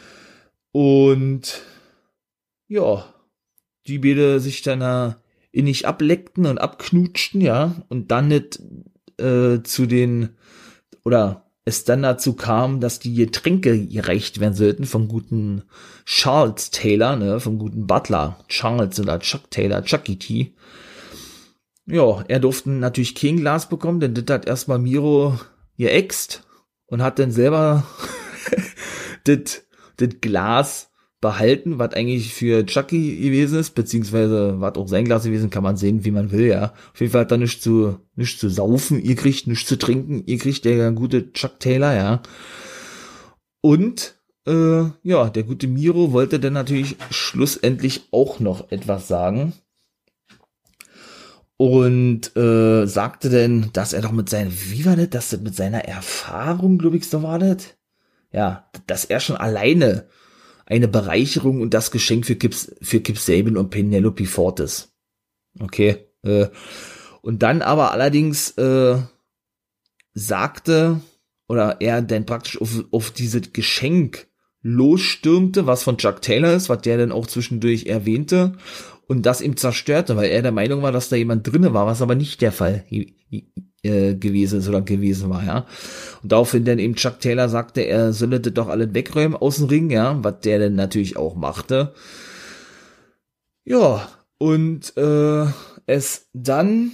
Und ja, die beide sich dann äh, innig ableckten und abknutschten, ja, und dann nicht äh, zu den, oder es dann dazu kam, dass die Getränke gereicht werden sollten vom guten Charles Taylor, ne, vom guten Butler, Charles oder Chuck Taylor, Chucky T. Ja, er durfte natürlich kein Glas bekommen, denn das hat erstmal Miro geäxt und hat dann selber das Glas behalten, was eigentlich für Chucky gewesen ist, beziehungsweise was auch sein Glas gewesen, kann man sehen, wie man will, ja. Auf jeden Fall hat er nichts zu, nichts zu saufen, ihr kriegt nichts zu trinken, ihr kriegt der gute Chuck Taylor, ja. Und, äh, ja, der gute Miro wollte dann natürlich schlussendlich auch noch etwas sagen. Und, äh, sagte denn, dass er doch mit seinen, wie war das, dass das mit seiner Erfahrung, glaube ich, so war das? Ja, dass er schon alleine eine Bereicherung und das Geschenk für Kip, für Kip Sabian und Penelope Ford ist. Okay. Äh, und dann aber allerdings äh, sagte, oder er dann praktisch auf, auf dieses Geschenk losstürmte, was von Chuck Taylor ist, was der dann auch zwischendurch erwähnte, und das ihm zerstörte, weil er der Meinung war, dass da jemand drinne war, was aber nicht der Fall äh, gewesen ist oder gewesen war, ja. Und daraufhin dann eben Chuck Taylor sagte, er solle das doch alle wegräumen aus dem Ring, ja, was der dann natürlich auch machte. Ja, und äh, es dann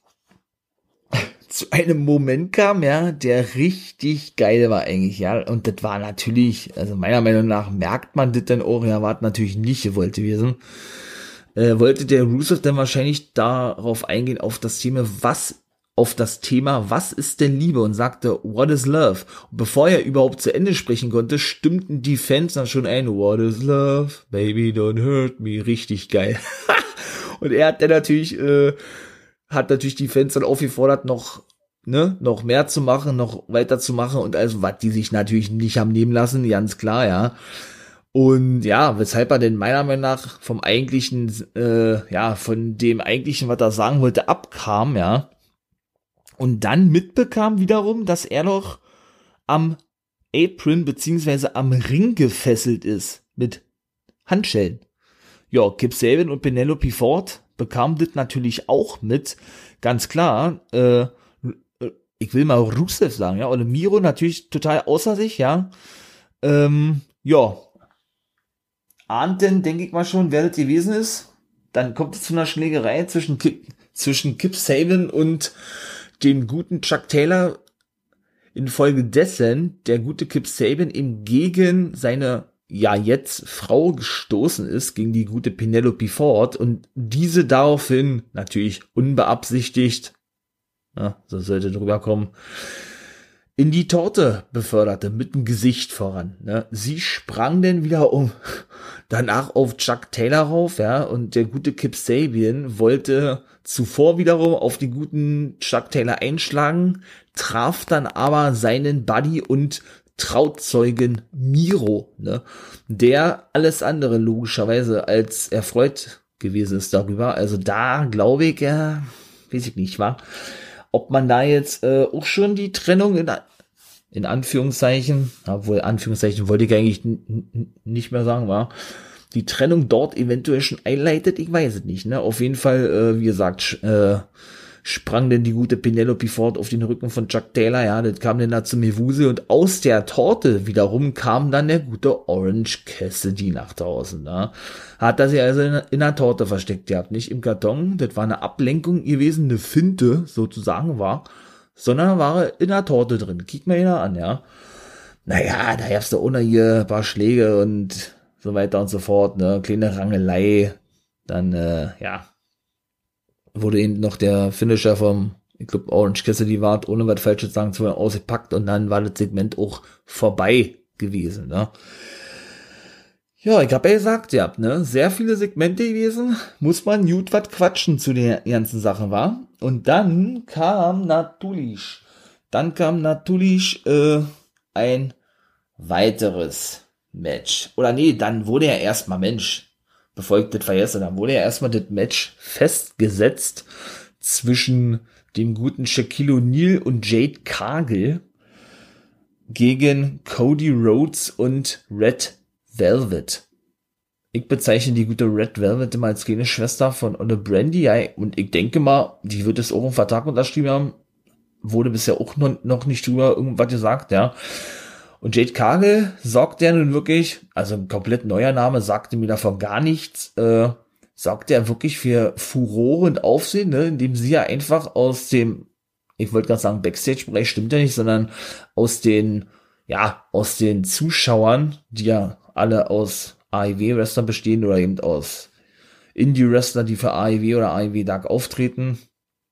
zu einem Moment kam, ja, der richtig geil war eigentlich, ja, und das war natürlich, also meiner Meinung nach merkt man das dann auch, ja, war natürlich nicht gewollt gewesen. Äh, wollte der Rusev dann wahrscheinlich darauf eingehen, auf das Thema, was, auf das Thema, was ist denn Liebe, und sagte, what is love? Und bevor er überhaupt zu Ende sprechen konnte, stimmten die Fans dann schon ein, what is love? Baby, don't hurt me. Richtig geil. Und er hat dann natürlich, äh, hat natürlich die Fans dann aufgefordert, noch, ne, noch mehr zu machen, noch weiter zu machen, und also, was die sich natürlich nicht haben nehmen lassen, ganz klar, ja. Und ja, weshalb er denn meiner Meinung nach vom eigentlichen, äh, ja, von dem eigentlichen, was er sagen wollte, abkam, ja. Und dann mitbekam wiederum, dass er doch am Apron beziehungsweise am Ring gefesselt ist mit Handschellen. Ja, Kip Sabian und Penelope Ford bekamen das natürlich auch mit, ganz klar. Äh, ich will mal Rusev sagen, ja, und Miro natürlich total außer sich, ja. Ähm, ja. Ahnt denn, denke ich mal schon, wer das gewesen ist. Dann kommt es zu einer Schlägerei zwischen Kip, zwischen Kip Sabian und dem guten Chuck Taylor. Infolgedessen der gute Kip Sabian eben gegen seine, ja jetzt Frau gestoßen ist, gegen die gute Penelope Ford, und diese daraufhin, natürlich unbeabsichtigt, ja, so sollte drüber kommen, in die Torte beförderte, mit dem Gesicht voran. Ne? Sie sprang dann wieder um, danach auf Chuck Taylor rauf, ja, und der gute Kip Sabian wollte zuvor wiederum auf den guten Chuck Taylor einschlagen, traf dann aber seinen Buddy und Trauzeugen Miro, ne, der alles andere logischerweise als erfreut gewesen ist darüber. Also da glaube ich, ja, weiß ich nicht, war. ob man da jetzt äh, auch schon die Trennung in, in Anführungszeichen, obwohl Anführungszeichen wollte ich eigentlich n- n- nicht mehr sagen, war, die Trennung dort eventuell schon einleitet, ich weiß es nicht, ne? Auf jeden Fall, äh, wie gesagt, sch- äh, sprang denn die gute Penelope Ford auf den Rücken von Chuck Taylor, ja, das kam dann da zu Mewuse und aus der Torte wiederum kam dann der gute Orange Cassidy nach draußen, ne? Hat er sich also in, in der Torte versteckt gehabt, nicht im Karton, das war eine Ablenkung gewesen, eine Finte sozusagen war, sondern war er in der Torte drin, kick mal einer an, ja. Naja, da gab's da ohne hier ein paar Schläge und so weiter und so fort, ne, kleine Rangelei, dann, äh, ja, wurde eben noch der Finisher vom, ich glaube, Orange Cassidy war, ohne was Falsches sagen zu wollen, ausgepackt und dann war das Segment auch vorbei gewesen, ne. Ja, ich habe ja gesagt, ihr habt, ne, sehr viele Segmente gewesen, muss man gut was quatschen zu der ganzen Sache, war. Und dann kam natürlich, dann kam natürlich, äh, ein weiteres Match. Oder nee, dann wurde ja erstmal, Mensch, bevor ich das vergesse, dann wurde ja erstmal das Match festgesetzt zwischen dem guten Shaquille O'Neal und Jade Cargill gegen Cody Rhodes und Red Velvet. Ich bezeichne die gute Red Velvet immer als kleine Schwester von Olle Brandy, ja, und ich denke mal, die wird es auch im Vertrag unterschrieben haben, wurde bisher auch noch, noch nicht drüber irgendwas gesagt, ja. Und Jade Cargill sorgt der nun wirklich, also ein komplett neuer Name, sagte mir davon gar nichts, äh, sorgt der wirklich für Furore und Aufsehen, ne, indem sie ja einfach aus dem, ich wollte gerade sagen Backstage-Bereich, stimmt ja nicht, sondern aus den, ja, aus den Zuschauern, die ja alle aus A E W-Wrestlern bestehen oder eben aus Indie-Wrestler, die für A E W oder A E W Dark auftreten,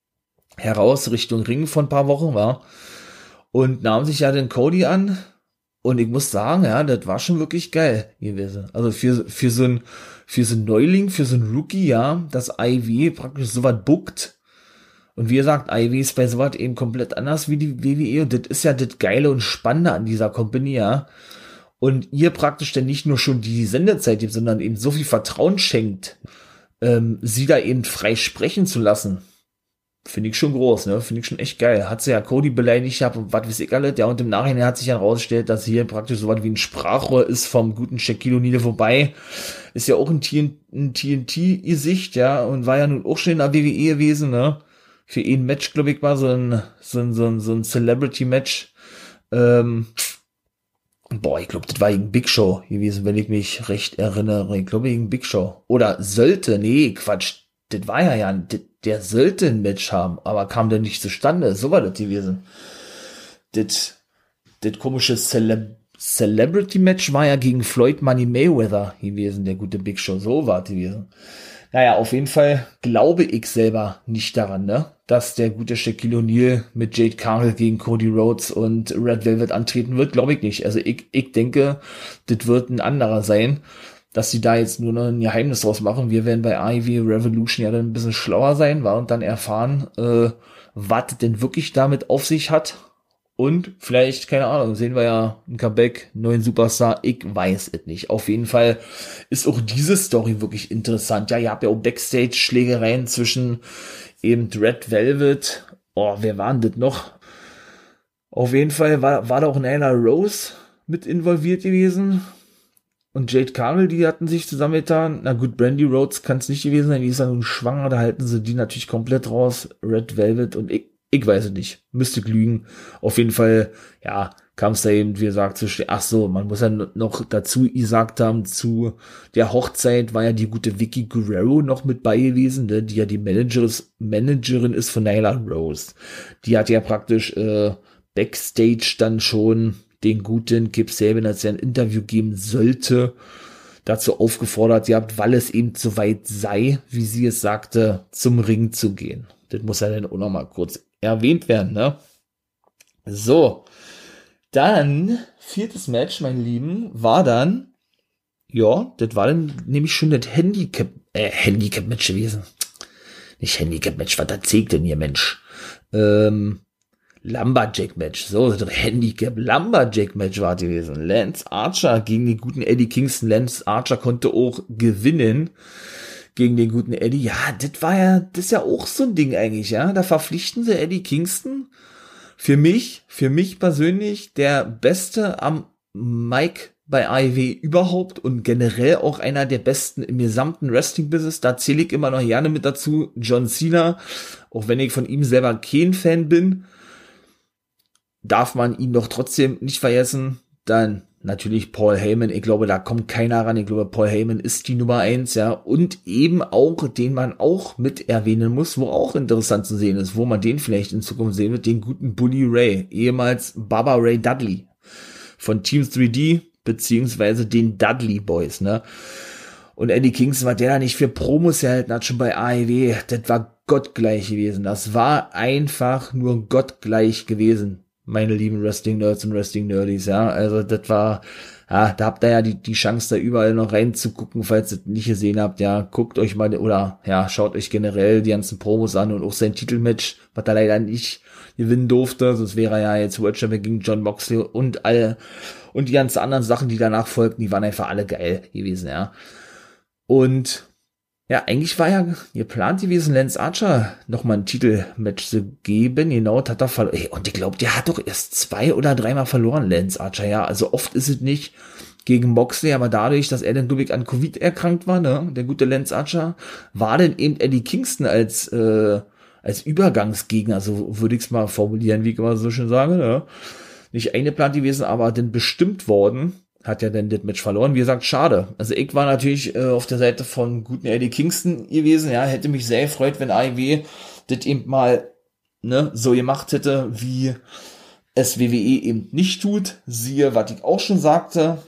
heraus Richtung Ring von ein paar Wochen war und nahm sich ja den Cody an. Und ich muss sagen, ja, das war schon wirklich geil gewesen. Also für, für so ein, für so ein Neuling, für so ein Rookie, ja, dass A E W praktisch so was bookt. Und wie gesagt, A E W ist bei sowas eben komplett anders wie die W W E. Und das ist ja das Geile und Spannende an dieser Company, ja. Und ihr praktisch dann nicht nur schon die Sendezeit gibt, sondern eben so viel Vertrauen schenkt, ähm, sie da eben frei sprechen zu lassen. Finde ich schon groß, ne? Finde ich schon echt geil. Hat sie ja Cody beleidigt gehabt und was weiß ich alles. Ja, und im Nachhinein hat sich dann herausgestellt, dass hier praktisch so was wie ein Sprachrohr ist vom guten Shaquille O'Neal vorbei. Ist ja auch ein T N T-Gesicht, ja, und war ja nun auch schon in der W W E gewesen, ne? Für ein Match, glaube ich, war so ein, so ein, so ein, so ein Celebrity-Match. Ähm, boah, ich glaube, das war gegen Big Show gewesen, wenn ich mich recht erinnere. Ich glaube, gegen Big Show. Oder sollte, nee, Quatsch. Das war ja ja, das, der sollte ein Match haben, aber kam dann nicht zustande. So war das gewesen. Das, das komische Cele- Celebrity-Match war ja gegen Floyd Money Mayweather gewesen, der gute Big Show. So war das gewesen. Naja, auf jeden Fall glaube ich selber nicht daran, ne, dass der gute Shaquille O'Neal mit Jade Cargill gegen Cody Rhodes und Red Velvet antreten wird. Glaube ich nicht. Also ich, ich denke, das wird ein anderer sein. Dass sie da jetzt nur noch ein Geheimnis draus machen. Wir werden bei A E W Revolution ja dann ein bisschen schlauer sein, war und dann erfahren, äh, was denn wirklich damit auf sich hat. Und vielleicht, keine Ahnung, sehen wir ja ein Comeback, neuen Superstar, ich weiß es nicht. Auf jeden Fall ist auch diese Story wirklich interessant. Ja, ihr habt ja auch Backstage-Schlägereien zwischen eben Red Velvet, oh, wer war denn das noch? Auf jeden Fall war, war da auch Nyla Rose mit involviert gewesen. Und Jade Cargill, die hatten sich zusammengetan. Na gut, Brandy Rhodes kann es nicht gewesen sein, die ist ja nun schwanger, da halten sie die natürlich komplett raus. Red Velvet und ich, ich weiß es nicht. Müsste lügen. Auf jeden Fall, ja, kam es da eben, wie gesagt, zu stehen. Ach so, man muss ja noch dazu gesagt haben, zu der Hochzeit war ja die gute Vicky Guerrero noch mit bei gewesen, ne, die ja die Managerin, Managerin ist von Nyla Rose. Die hat ja praktisch äh, Backstage dann schon den guten Kip Sabian, als er ein Interview geben sollte, dazu aufgefordert, ihr habt, weil es eben zu weit sei, wie sie es sagte, zum Ring zu gehen. Das muss ja dann auch noch mal kurz erwähnt werden, ne? So, dann, viertes Match, mein Lieben, war dann, ja, das war dann nämlich schon das Handicap, äh, Handicap-Match gewesen. Nicht Handicap-Match, was erzählt denn hier, Mensch? Ähm, Lumberjack-Match, so, Handicap-Lumberjack-Match war gewesen. Lance Archer gegen den guten Eddie Kingston. Lance Archer konnte auch gewinnen gegen den guten Eddie. Ja, das war ja, das ist ja auch so ein Ding eigentlich, ja. Da verpflichten sie Eddie Kingston. Für mich, für mich persönlich der Beste am Mic bei A E W überhaupt und generell auch einer der Besten im gesamten Wrestling-Business. Da zähle ich immer noch gerne mit dazu. John Cena, auch wenn ich von ihm selber kein Fan bin, darf man ihn doch trotzdem nicht vergessen. Dann natürlich Paul Heyman. Ich glaube, da kommt keiner ran. Ich glaube, Paul Heyman ist die Nummer eins, ja. Und eben auch, den man auch mit erwähnen muss, wo auch interessant zu sehen ist, wo man den vielleicht in Zukunft sehen wird, den guten Bully Ray, ehemals Baba Ray Dudley von Team drei D, beziehungsweise den Dudley Boys, ne. Und Eddie Kingston, war der da nicht für Promos gehalten hat, schon bei A E W, das war gottgleich gewesen. Das war einfach nur gottgleich gewesen. Meine lieben Wrestling-Nerds und Wrestling-Nerdies, ja, also das war, ja, da habt ihr ja die, die Chance, da überall noch reinzugucken, falls ihr das nicht gesehen habt, ja, guckt euch mal, oder, ja, schaut euch generell die ganzen Promos an und auch sein Titelmatch, was er leider nicht gewinnen durfte, sonst wäre er ja jetzt World Champion gegen John Moxley und alle, und die ganzen anderen Sachen, die danach folgten, die waren einfach alle geil gewesen, ja. Und ja, eigentlich war ja geplant gewesen, Lance Archer nochmal ein Titelmatch zu geben. Genau, das hat er verloren. Und ich glaube, der hat doch erst zwei oder dreimal verloren, Lance Archer. Ja, also oft ist es nicht gegen Moxley, aber dadurch, dass er dann, glaube ich, an Covid erkrankt war, ne, der gute Lance Archer, war dann eben Eddie Kingston als, äh, als Übergangsgegner, so würde ich es mal formulieren, wie ich immer so schön sage, ne. Nicht eingeplant gewesen, aber dann bestimmt worden. Hat ja dann das Match verloren. Wie gesagt, schade. Also ich war natürlich äh, auf der Seite von guten Eddie Kingston gewesen. Ja, hätte mich sehr gefreut, wenn A E W das eben mal ne, so gemacht hätte, wie es W W E eben nicht tut. Siehe, was ich auch schon sagte,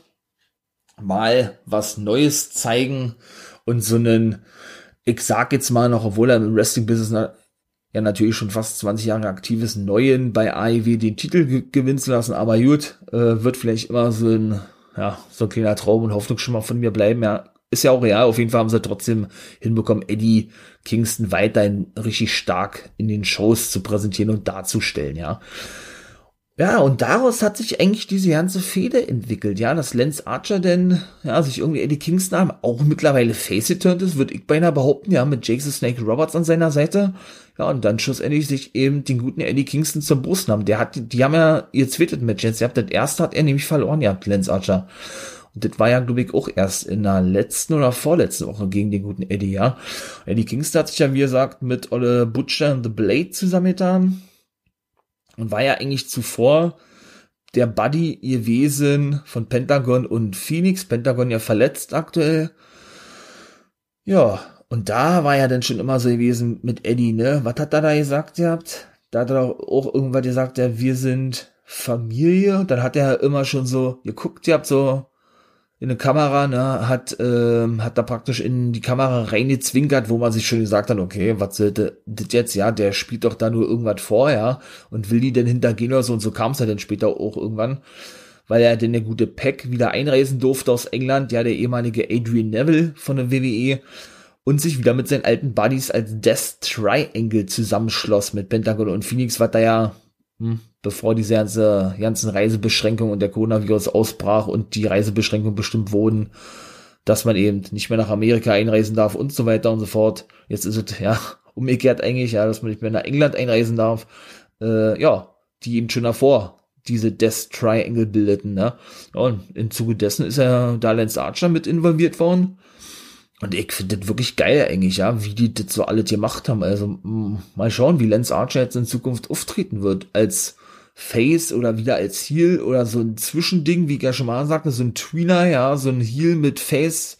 mal was Neues zeigen und so einen, ich sag jetzt mal noch, obwohl er im Wrestling-Business na, ja natürlich schon fast zwanzig Jahre aktiv ist, neuen bei A E W den Titel ge- gewinnen zu lassen. Aber gut, äh, wird vielleicht immer so ein ja, so ein kleiner Traum und Hoffnung schon mal von mir bleiben, ja, ist ja auch real, auf jeden Fall haben sie trotzdem hinbekommen, Eddie Kingston weiterhin richtig stark in den Shows zu präsentieren und darzustellen, ja. Ja, und daraus hat sich eigentlich diese ganze Fehde entwickelt, ja, dass Lance Archer denn, ja, sich irgendwie Eddie Kingston auch mittlerweile face geturnt ist, würde ich beinahe behaupten, ja, mit Jake the Snake Roberts an seiner Seite, ja, und dann schlussendlich sich eben den guten Eddie Kingston zur Brust nahm. Der hat, die haben ja ihr zweites Match jetzt gehabt, das erste hat er nämlich verloren, ja, Lance Archer. Und das war ja, glaube ich, auch erst in der letzten oder vorletzten Woche gegen den guten Eddie, ja. Eddie Kingston hat sich ja, wie gesagt, mit Olle Butcher and the Blade zusammengetan. Und war ja eigentlich zuvor der Buddy gewesen von Pentagon und Phoenix. Pentagon ja verletzt aktuell. Ja, und da war ja dann schon immer so gewesen mit Eddie, ne? Was hat er da gesagt gehabt? Da hat er auch irgendwann gesagt, ja, wir sind Familie. Dann hat er immer schon so geguckt gehabt, so in eine Kamera, ne, hat, ähm, hat da praktisch in die Kamera reingezwinkert, wo man sich schon gesagt hat, okay, was sollte das jetzt, ja, der spielt doch da nur irgendwas vor, ja, und will die denn hintergehen oder so, und so kam es ja dann später auch irgendwann, weil er denn der gute Peck wieder einreisen durfte aus England, ja, der ehemalige Adrian Neville von der W W E, und sich wieder mit seinen alten Buddies als Death Triangle zusammenschloss mit Pentagon und Phoenix, was da ja, hm, bevor diese ganze, ganzen Reisebeschränkungen und der Coronavirus ausbrach und die Reisebeschränkungen bestimmt wurden, dass man eben nicht mehr nach Amerika einreisen darf und so weiter und so fort. Jetzt ist es, ja, umgekehrt eigentlich, ja, dass man nicht mehr nach England einreisen darf. Äh, ja, die eben schon davor diese Death Triangle bildeten, ne? Ja, und im Zuge dessen ist ja da Lance Archer mit involviert worden. Und ich finde das wirklich geil eigentlich, ja, wie die das so alles gemacht haben. Also mh, mal schauen, wie Lance Archer jetzt in Zukunft auftreten wird. Als Face oder wieder als Heel oder so ein Zwischending, wie ich ja schon mal sagte, so ein Tweener, ja, so ein Heel mit Face,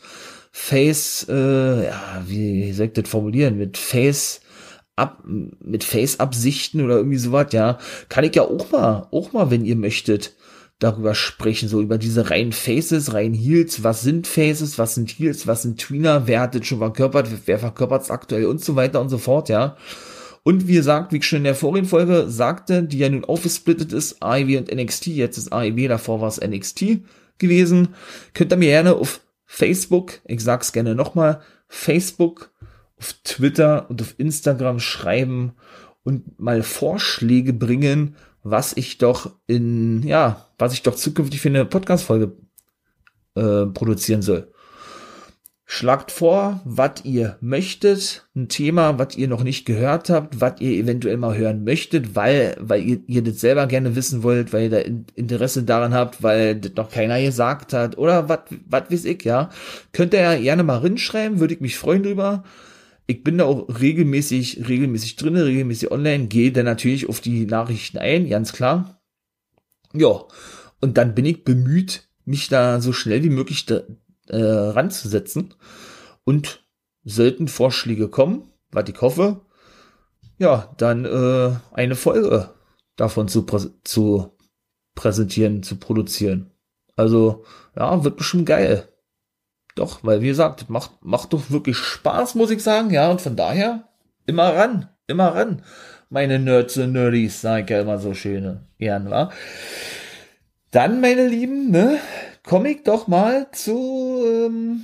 Face, äh, ja, wie soll ich das formulieren, mit Face ab, mit Face-Absichten oder irgendwie sowas, ja, kann ich ja auch mal, auch mal, wenn ihr möchtet, darüber sprechen, so über diese reinen Faces, reinen Heels, was sind Faces, was sind Heels, was sind Tweener, wer hat das schon verkörpert, wer verkörpert es aktuell und so weiter und so fort, ja. Und wie gesagt, wie ich schon in der vorigen Folge sagte, die ja nun aufgesplittet ist, A E W und N X T, jetzt ist A E W, davor war es N X T gewesen, könnt ihr mir gerne auf Facebook, ich sag's gerne nochmal, Facebook, auf Twitter und auf Instagram schreiben und mal Vorschläge bringen, was ich doch in, ja, was ich doch zukünftig für eine Podcast-Folge äh, produzieren soll. Schlagt vor, was ihr möchtet, ein Thema, was ihr noch nicht gehört habt, was ihr eventuell mal hören möchtet, weil weil ihr, ihr das selber gerne wissen wollt, weil ihr da Interesse daran habt, weil das noch keiner gesagt hat oder was was weiß ich, ja. Könnt ihr ja gerne mal rinschreiben, würde ich mich freuen drüber. Ich bin da auch regelmäßig regelmäßig drin, regelmäßig online, gehe dann natürlich auf die Nachrichten ein, ganz klar. Ja, und dann bin ich bemüht, mich da so schnell wie möglich da, äh, ranzusetzen. Und sollten Vorschläge kommen, was ich hoffe, ja, dann äh, eine Folge davon zu, prä- zu präsentieren, zu produzieren. Also, ja, wird bestimmt geil. Doch, weil wie gesagt, macht, macht doch wirklich Spaß, muss ich sagen, ja, und von daher immer ran, immer ran. Meine Nerds und Nerdies, sag ich ja immer so schöne Ehren, wa? Dann, meine Lieben, ne, komme ich doch mal zu, ähm,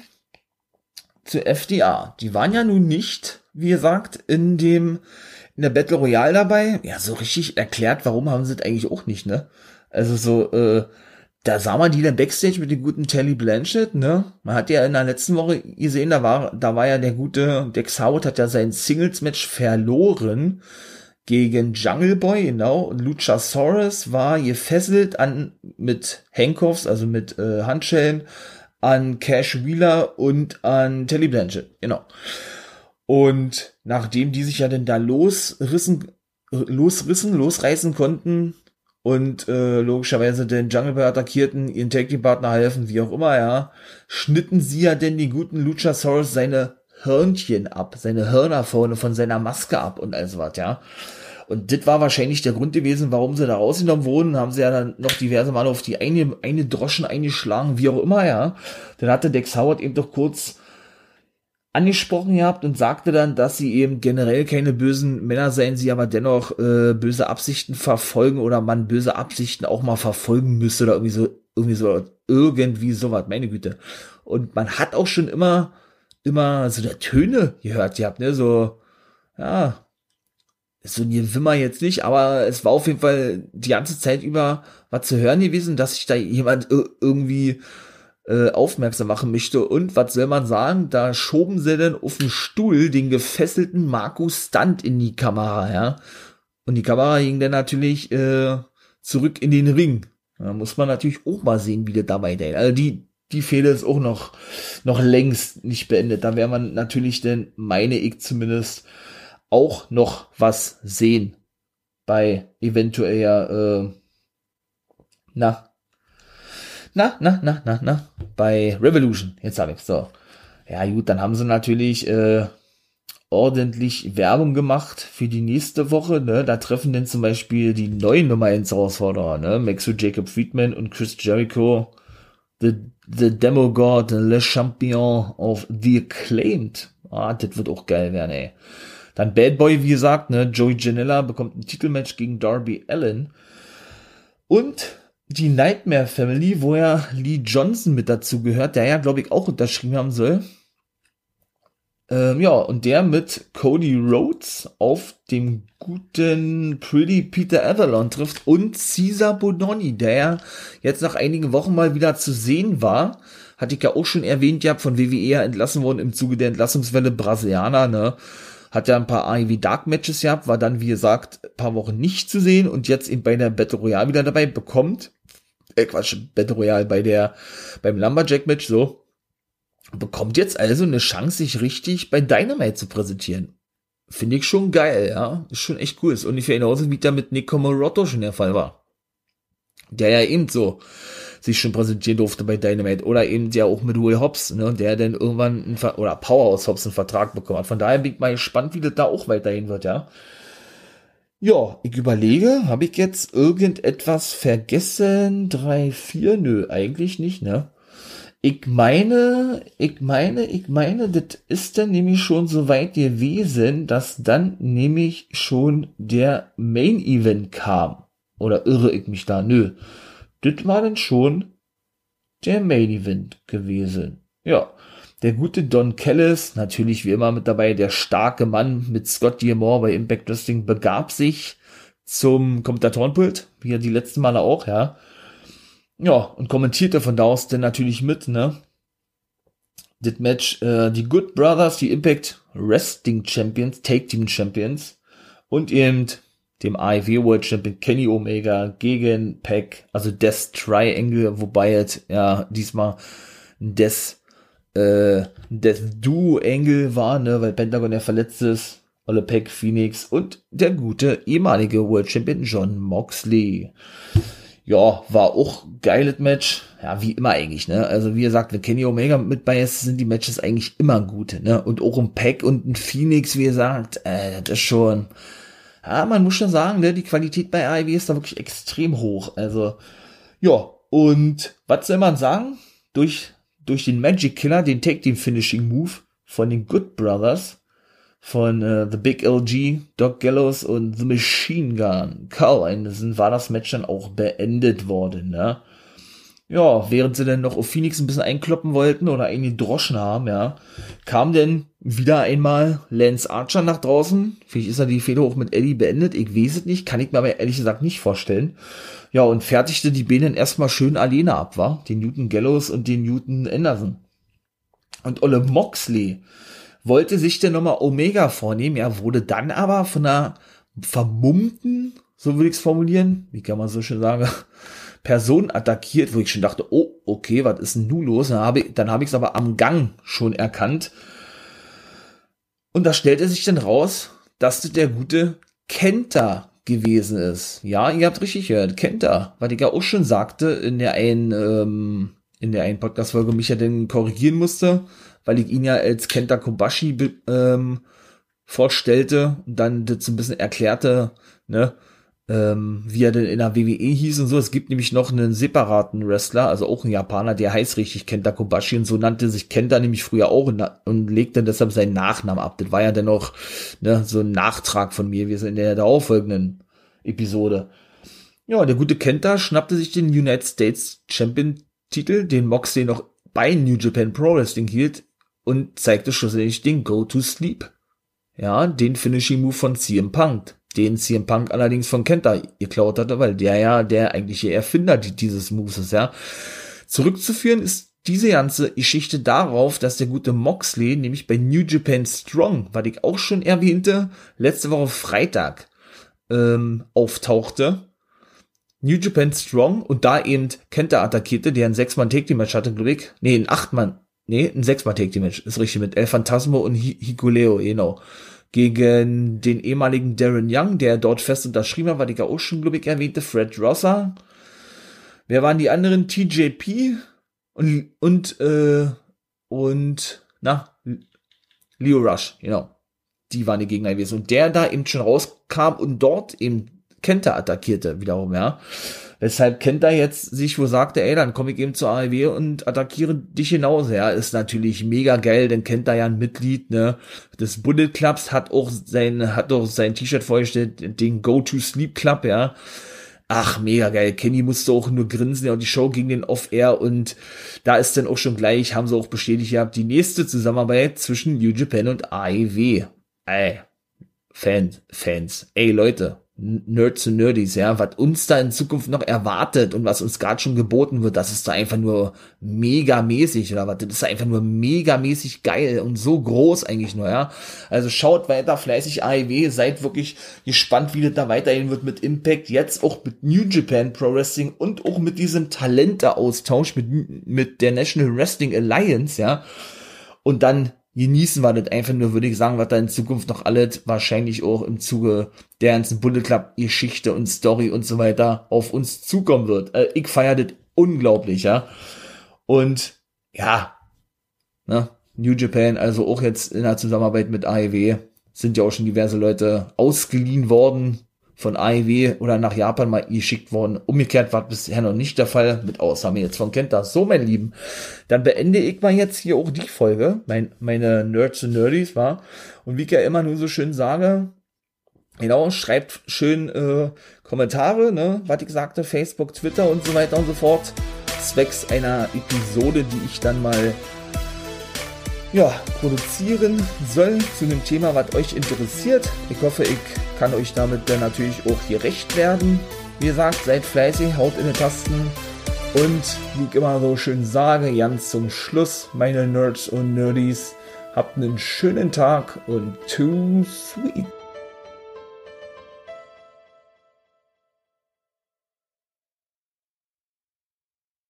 zu F D R. Die waren ja nun nicht, wie gesagt, in dem, in der Battle Royale dabei. Ja, so richtig erklärt, warum haben sie das eigentlich auch nicht, ne? Also so, äh, da sah man die dann Backstage mit dem guten Telly Blanchett, ne? Man hat ja in der letzten Woche gesehen, da war, da war ja der gute Dex Howard, hat ja sein Singles-Match verloren gegen Jungle Boy, genau. Und Luchasaurus war gefesselt an, mit Handcuffs, also mit äh, Handschellen, an Cash Wheeler und an Telly Blanchett, genau. Und nachdem die sich ja dann da losrissen, losrissen, losreißen konnten und äh, logischerweise den Jungle Boy attackierten, ihren Tag Team Partner halfen, wie auch immer, ja, schnitten sie ja denn die guten Luchasaurus seine Hörnchen ab, seine Hörner vorne von seiner Maske ab und all so was, ja. Und das war wahrscheinlich der Grund gewesen, warum sie da rausgenommen wurden. Haben sie ja dann noch diverse Male auf die eine, eine Droschen eingeschlagen, wie auch immer, ja. Dann hatte Dex Howard eben doch kurz angesprochen gehabt und sagte dann, dass sie eben generell keine bösen Männer seien, sie aber dennoch äh, böse Absichten verfolgen oder man böse Absichten auch mal verfolgen müsste oder irgendwie so, irgendwie so, irgendwie sowas, meine Güte. Und man hat auch schon immer, immer so der Töne gehört gehabt, ne, so, ja, so ein Gewimmer jetzt nicht, aber es war auf jeden Fall die ganze Zeit über was zu hören gewesen, dass sich da jemand irgendwie äh, aufmerksam machen möchte. Und was soll man sagen? Da schoben sie dann auf den Stuhl den gefesselten Markus Stunt in die Kamera, ja. Und die Kamera ging dann natürlich äh, zurück in den Ring. Da muss man natürlich auch mal sehen, wie der dabei denkt. Also die die Fehde ist auch noch noch längst nicht beendet. Da wäre man natürlich denn, meine ich zumindest, auch noch was sehen bei eventuell ja, äh, na, na, na, na, na, na, bei Revolution, jetzt habe ich so. Ja gut, dann haben sie natürlich äh, ordentlich Werbung gemacht für die nächste Woche, ne, da treffen dann zum Beispiel die neuen Nummer eins Herausforderer, ne, Maxwell Jacob Friedman und Chris Jericho, the, the Demogod, Le Champion of the Acclaimed. Ah, das wird auch geil werden, ey. Dann Bad Boy, wie gesagt, ne, Joey Janela bekommt ein Titelmatch gegen Darby Allin. Und die Nightmare Family, wo ja Lee Johnson mit dazu gehört, der ja, glaube ich, auch unterschrieben haben soll. Ähm, ja, und der mit Cody Rhodes auf dem guten Pretty Peter Avalon trifft und Cesar Bononi, der ja jetzt nach einigen Wochen mal wieder zu sehen war. Hatte ich ja auch schon erwähnt, ja, von W W E ja entlassen worden im Zuge der Entlassungswelle, Brasilianer, ne. Hat ja ein paar A E W Dark Matches gehabt, war dann, wie gesagt, ein paar Wochen nicht zu sehen und jetzt eben bei der Battle Royale wieder dabei, bekommt, äh Quatsch, Battle Royale bei der, beim Lumberjack Match, so, bekommt jetzt also eine Chance, sich richtig bei Dynamite zu präsentieren. Finde ich schon geil, ja, ist schon echt cool, ist ungefähr genauso wie da mit Nick Comoroto schon der Fall war. Der ja eben so sich schon präsentieren durfte bei Dynamite oder eben ja auch mit Will Hobbs, ne, der dann irgendwann einen Ver- oder Powerhouse Hobbs einen Vertrag bekommen hat. Von daher bin ich mal gespannt, wie das da auch weiterhin wird, ja. Ja, ich überlege, habe ich jetzt irgendetwas vergessen? Drei, vier? Nö, eigentlich nicht, ne? Ich meine, ich meine, ich meine, das ist dann nämlich schon so weit gewesen, dass dann nämlich schon der Main Event kam. Oder irre ich mich da? Nö. Das war dann schon der Main Event gewesen. Ja, der gute Don Callis, natürlich wie immer mit dabei, der starke Mann mit Scott D'Amore bei Impact Wrestling, begab sich zum Kommentatorenpult, wie er die letzten Male auch, ja. Ja, und kommentierte von da aus dann natürlich mit, ne. das Match, äh, die Good Brothers, die Impact Wrestling Champions, Take Team Champions und eben dem A E W World Champion Kenny Omega gegen Pac, also Death Triangle, wobei jetzt ja diesmal Death, äh, Death Duo Angle war, ne, weil Pentagon ja verletzt ist, Olle Pac, Phoenix und der gute ehemalige World Champion Jon Moxley. Ja, war auch geiles Match. Ja, wie immer eigentlich, ne? Also wie gesagt, wenn Kenny Omega mit bei ist, sind die Matches eigentlich immer gut, ne? Und auch ein Pac und ein Phoenix, wie gesagt, äh, das ist schon, ja, man muss schon sagen, ne, die Qualität bei A E W ist da wirklich extrem hoch. Also, ja, und was soll man sagen? Durch, durch den Magic Killer, den Tag Team Finishing Move von den Good Brothers, von äh, The Big L G, Doc Gallows und The Machine Gun Carl Anderson, war das Match dann auch beendet worden, ne? Ja, während sie dann noch auf Phoenix ein bisschen einkloppen wollten oder irgendwie droschen haben, ja, kam dann wieder einmal Lance Archer nach draußen. Vielleicht ist er die Fehde auch mit Eddie beendet, ich weiß es nicht, kann ich mir aber ehrlich gesagt nicht vorstellen. Ja, und fertigte die Beine erstmal schön alleine ab, war den Newton Gallows und den Newton Anderson. Und Olle Moxley wollte sich dann nochmal Omega vornehmen, ja, wurde dann aber von einer vermummten, so würde ich es formulieren, wie kann man so schön sagen, Person attackiert, wo ich schon dachte, oh, okay, was ist denn nun los? Dann habe ich, dann habe ich es aber am Gang schon erkannt. Und da stellte sich dann raus, dass das der gute Kenta gewesen ist. Ja, ihr habt richtig gehört, Kenta, was ich ja auch schon sagte in der einen, ähm, in der einen Podcast-Folge mich ja dann korrigieren musste, weil ich ihn ja als Kenta Kobashi ähm, vorstellte und dann das so ein bisschen erklärte, ne, ähm, wie er denn in der W W E hieß und so. Es gibt nämlich noch einen separaten Wrestler, also auch ein Japaner, der heißt richtig Kenta Kobashi und so nannte sich Kenta nämlich früher auch und, und legte deshalb seinen Nachnamen ab. Das war ja dann noch, ne, so ein Nachtrag von mir, wie es in der darauffolgenden Episode. Ja, der gute Kenta schnappte sich den United States Champion Titel, den Moxley noch bei New Japan Pro Wrestling hielt und zeigte schlussendlich den Go to Sleep. Ja, den Finishing Move von C M Punk. Den C M Punk allerdings von Kenta geklaut hatte, weil der ja der eigentliche Erfinder dieses Moves ist, ja. Zurückzuführen ist diese ganze Geschichte darauf, dass der gute Moxley nämlich bei New Japan Strong, was ich auch schon erwähnte, letzte Woche Freitag ähm, auftauchte. New Japan Strong und da eben Kenta attackierte, der ein Sechs-Mann-Take-Team-Match hatte, glaube ich. Nee, ein Acht-Mann. Nee, ein Sechs-Mann-Take-Team-Match. Ist richtig, mit El Phantasmo und Hi- Hikuleo, genau. Gegen den ehemaligen Darren Young, der dort fest unterschrieben hat, weil ich ja auch schon, glaube ich, erwähnte, Fred Rosser. Wer waren die anderen? T J P und, und, äh, und, na, Leo Rush, genau. Die waren die Gegner gewesen. Und der da eben schon rauskam und dort eben Kenta attackierte wiederum, ja. Weshalb Kenta jetzt sich wohl sagte, ey, dann komme ich eben zur A E W und attackiere dich genauso, ja. Ist natürlich mega geil, denn Kenta ja ein Mitglied, ne, des Bullet Clubs, hat auch sein, hat auch sein T-Shirt vorgestellt, den Go-to-Sleep Club, ja. Ach, mega geil. Kenny musste auch nur grinsen, ja, und die Show ging den Off-Air und da ist dann auch schon gleich, haben sie auch bestätigt gehabt, die nächste Zusammenarbeit zwischen New Japan und A E W. Ey, Fans, Fans, ey Leute, Nerds und Nerdies, ja, was uns da in Zukunft noch erwartet und was uns gerade schon geboten wird, das ist da einfach nur megamäßig, oder was, das ist einfach nur megamäßig geil und so groß eigentlich nur, ja. Also schaut weiter fleißig A E W, seid wirklich gespannt, wie das da weitergehen wird mit Impact, jetzt auch mit New Japan Pro Wrestling und auch mit diesem Talente-Austausch mit, mit der National Wrestling Alliance, ja. Und dann genießen wir das einfach nur, würde ich sagen, was da in Zukunft noch alles wahrscheinlich auch im Zuge der ganzen Bullet Club Geschichte und Story und so weiter auf uns zukommen wird. Äh, ich feiere das unglaublich, ja. Und ja, ne, New Japan, also auch jetzt in der Zusammenarbeit mit A E W, sind ja auch schon diverse Leute ausgeliehen worden von A E W oder nach Japan mal geschickt worden. Umgekehrt war bisher noch nicht der Fall, mit Ausnahme jetzt von Kenta. So, mein Lieben, dann beende ich mal jetzt hier auch die Folge, mein, meine Nerds und Nerdies, war. Und wie ich ja immer nur so schön sage, genau, schreibt schön äh, Kommentare, ne, was ich sagte, Facebook, Twitter und so weiter und so fort, zwecks einer Episode, die ich dann mal ja, produzieren soll zu einem Thema, was euch interessiert. Ich hoffe, ich kann euch damit dann natürlich auch gerecht werden. Wie gesagt, seid fleißig, haut in die Tasten Und wie ich immer so schön sage, ganz zum Schluss, meine Nerds und Nerdies, habt einen schönen Tag und too sweet.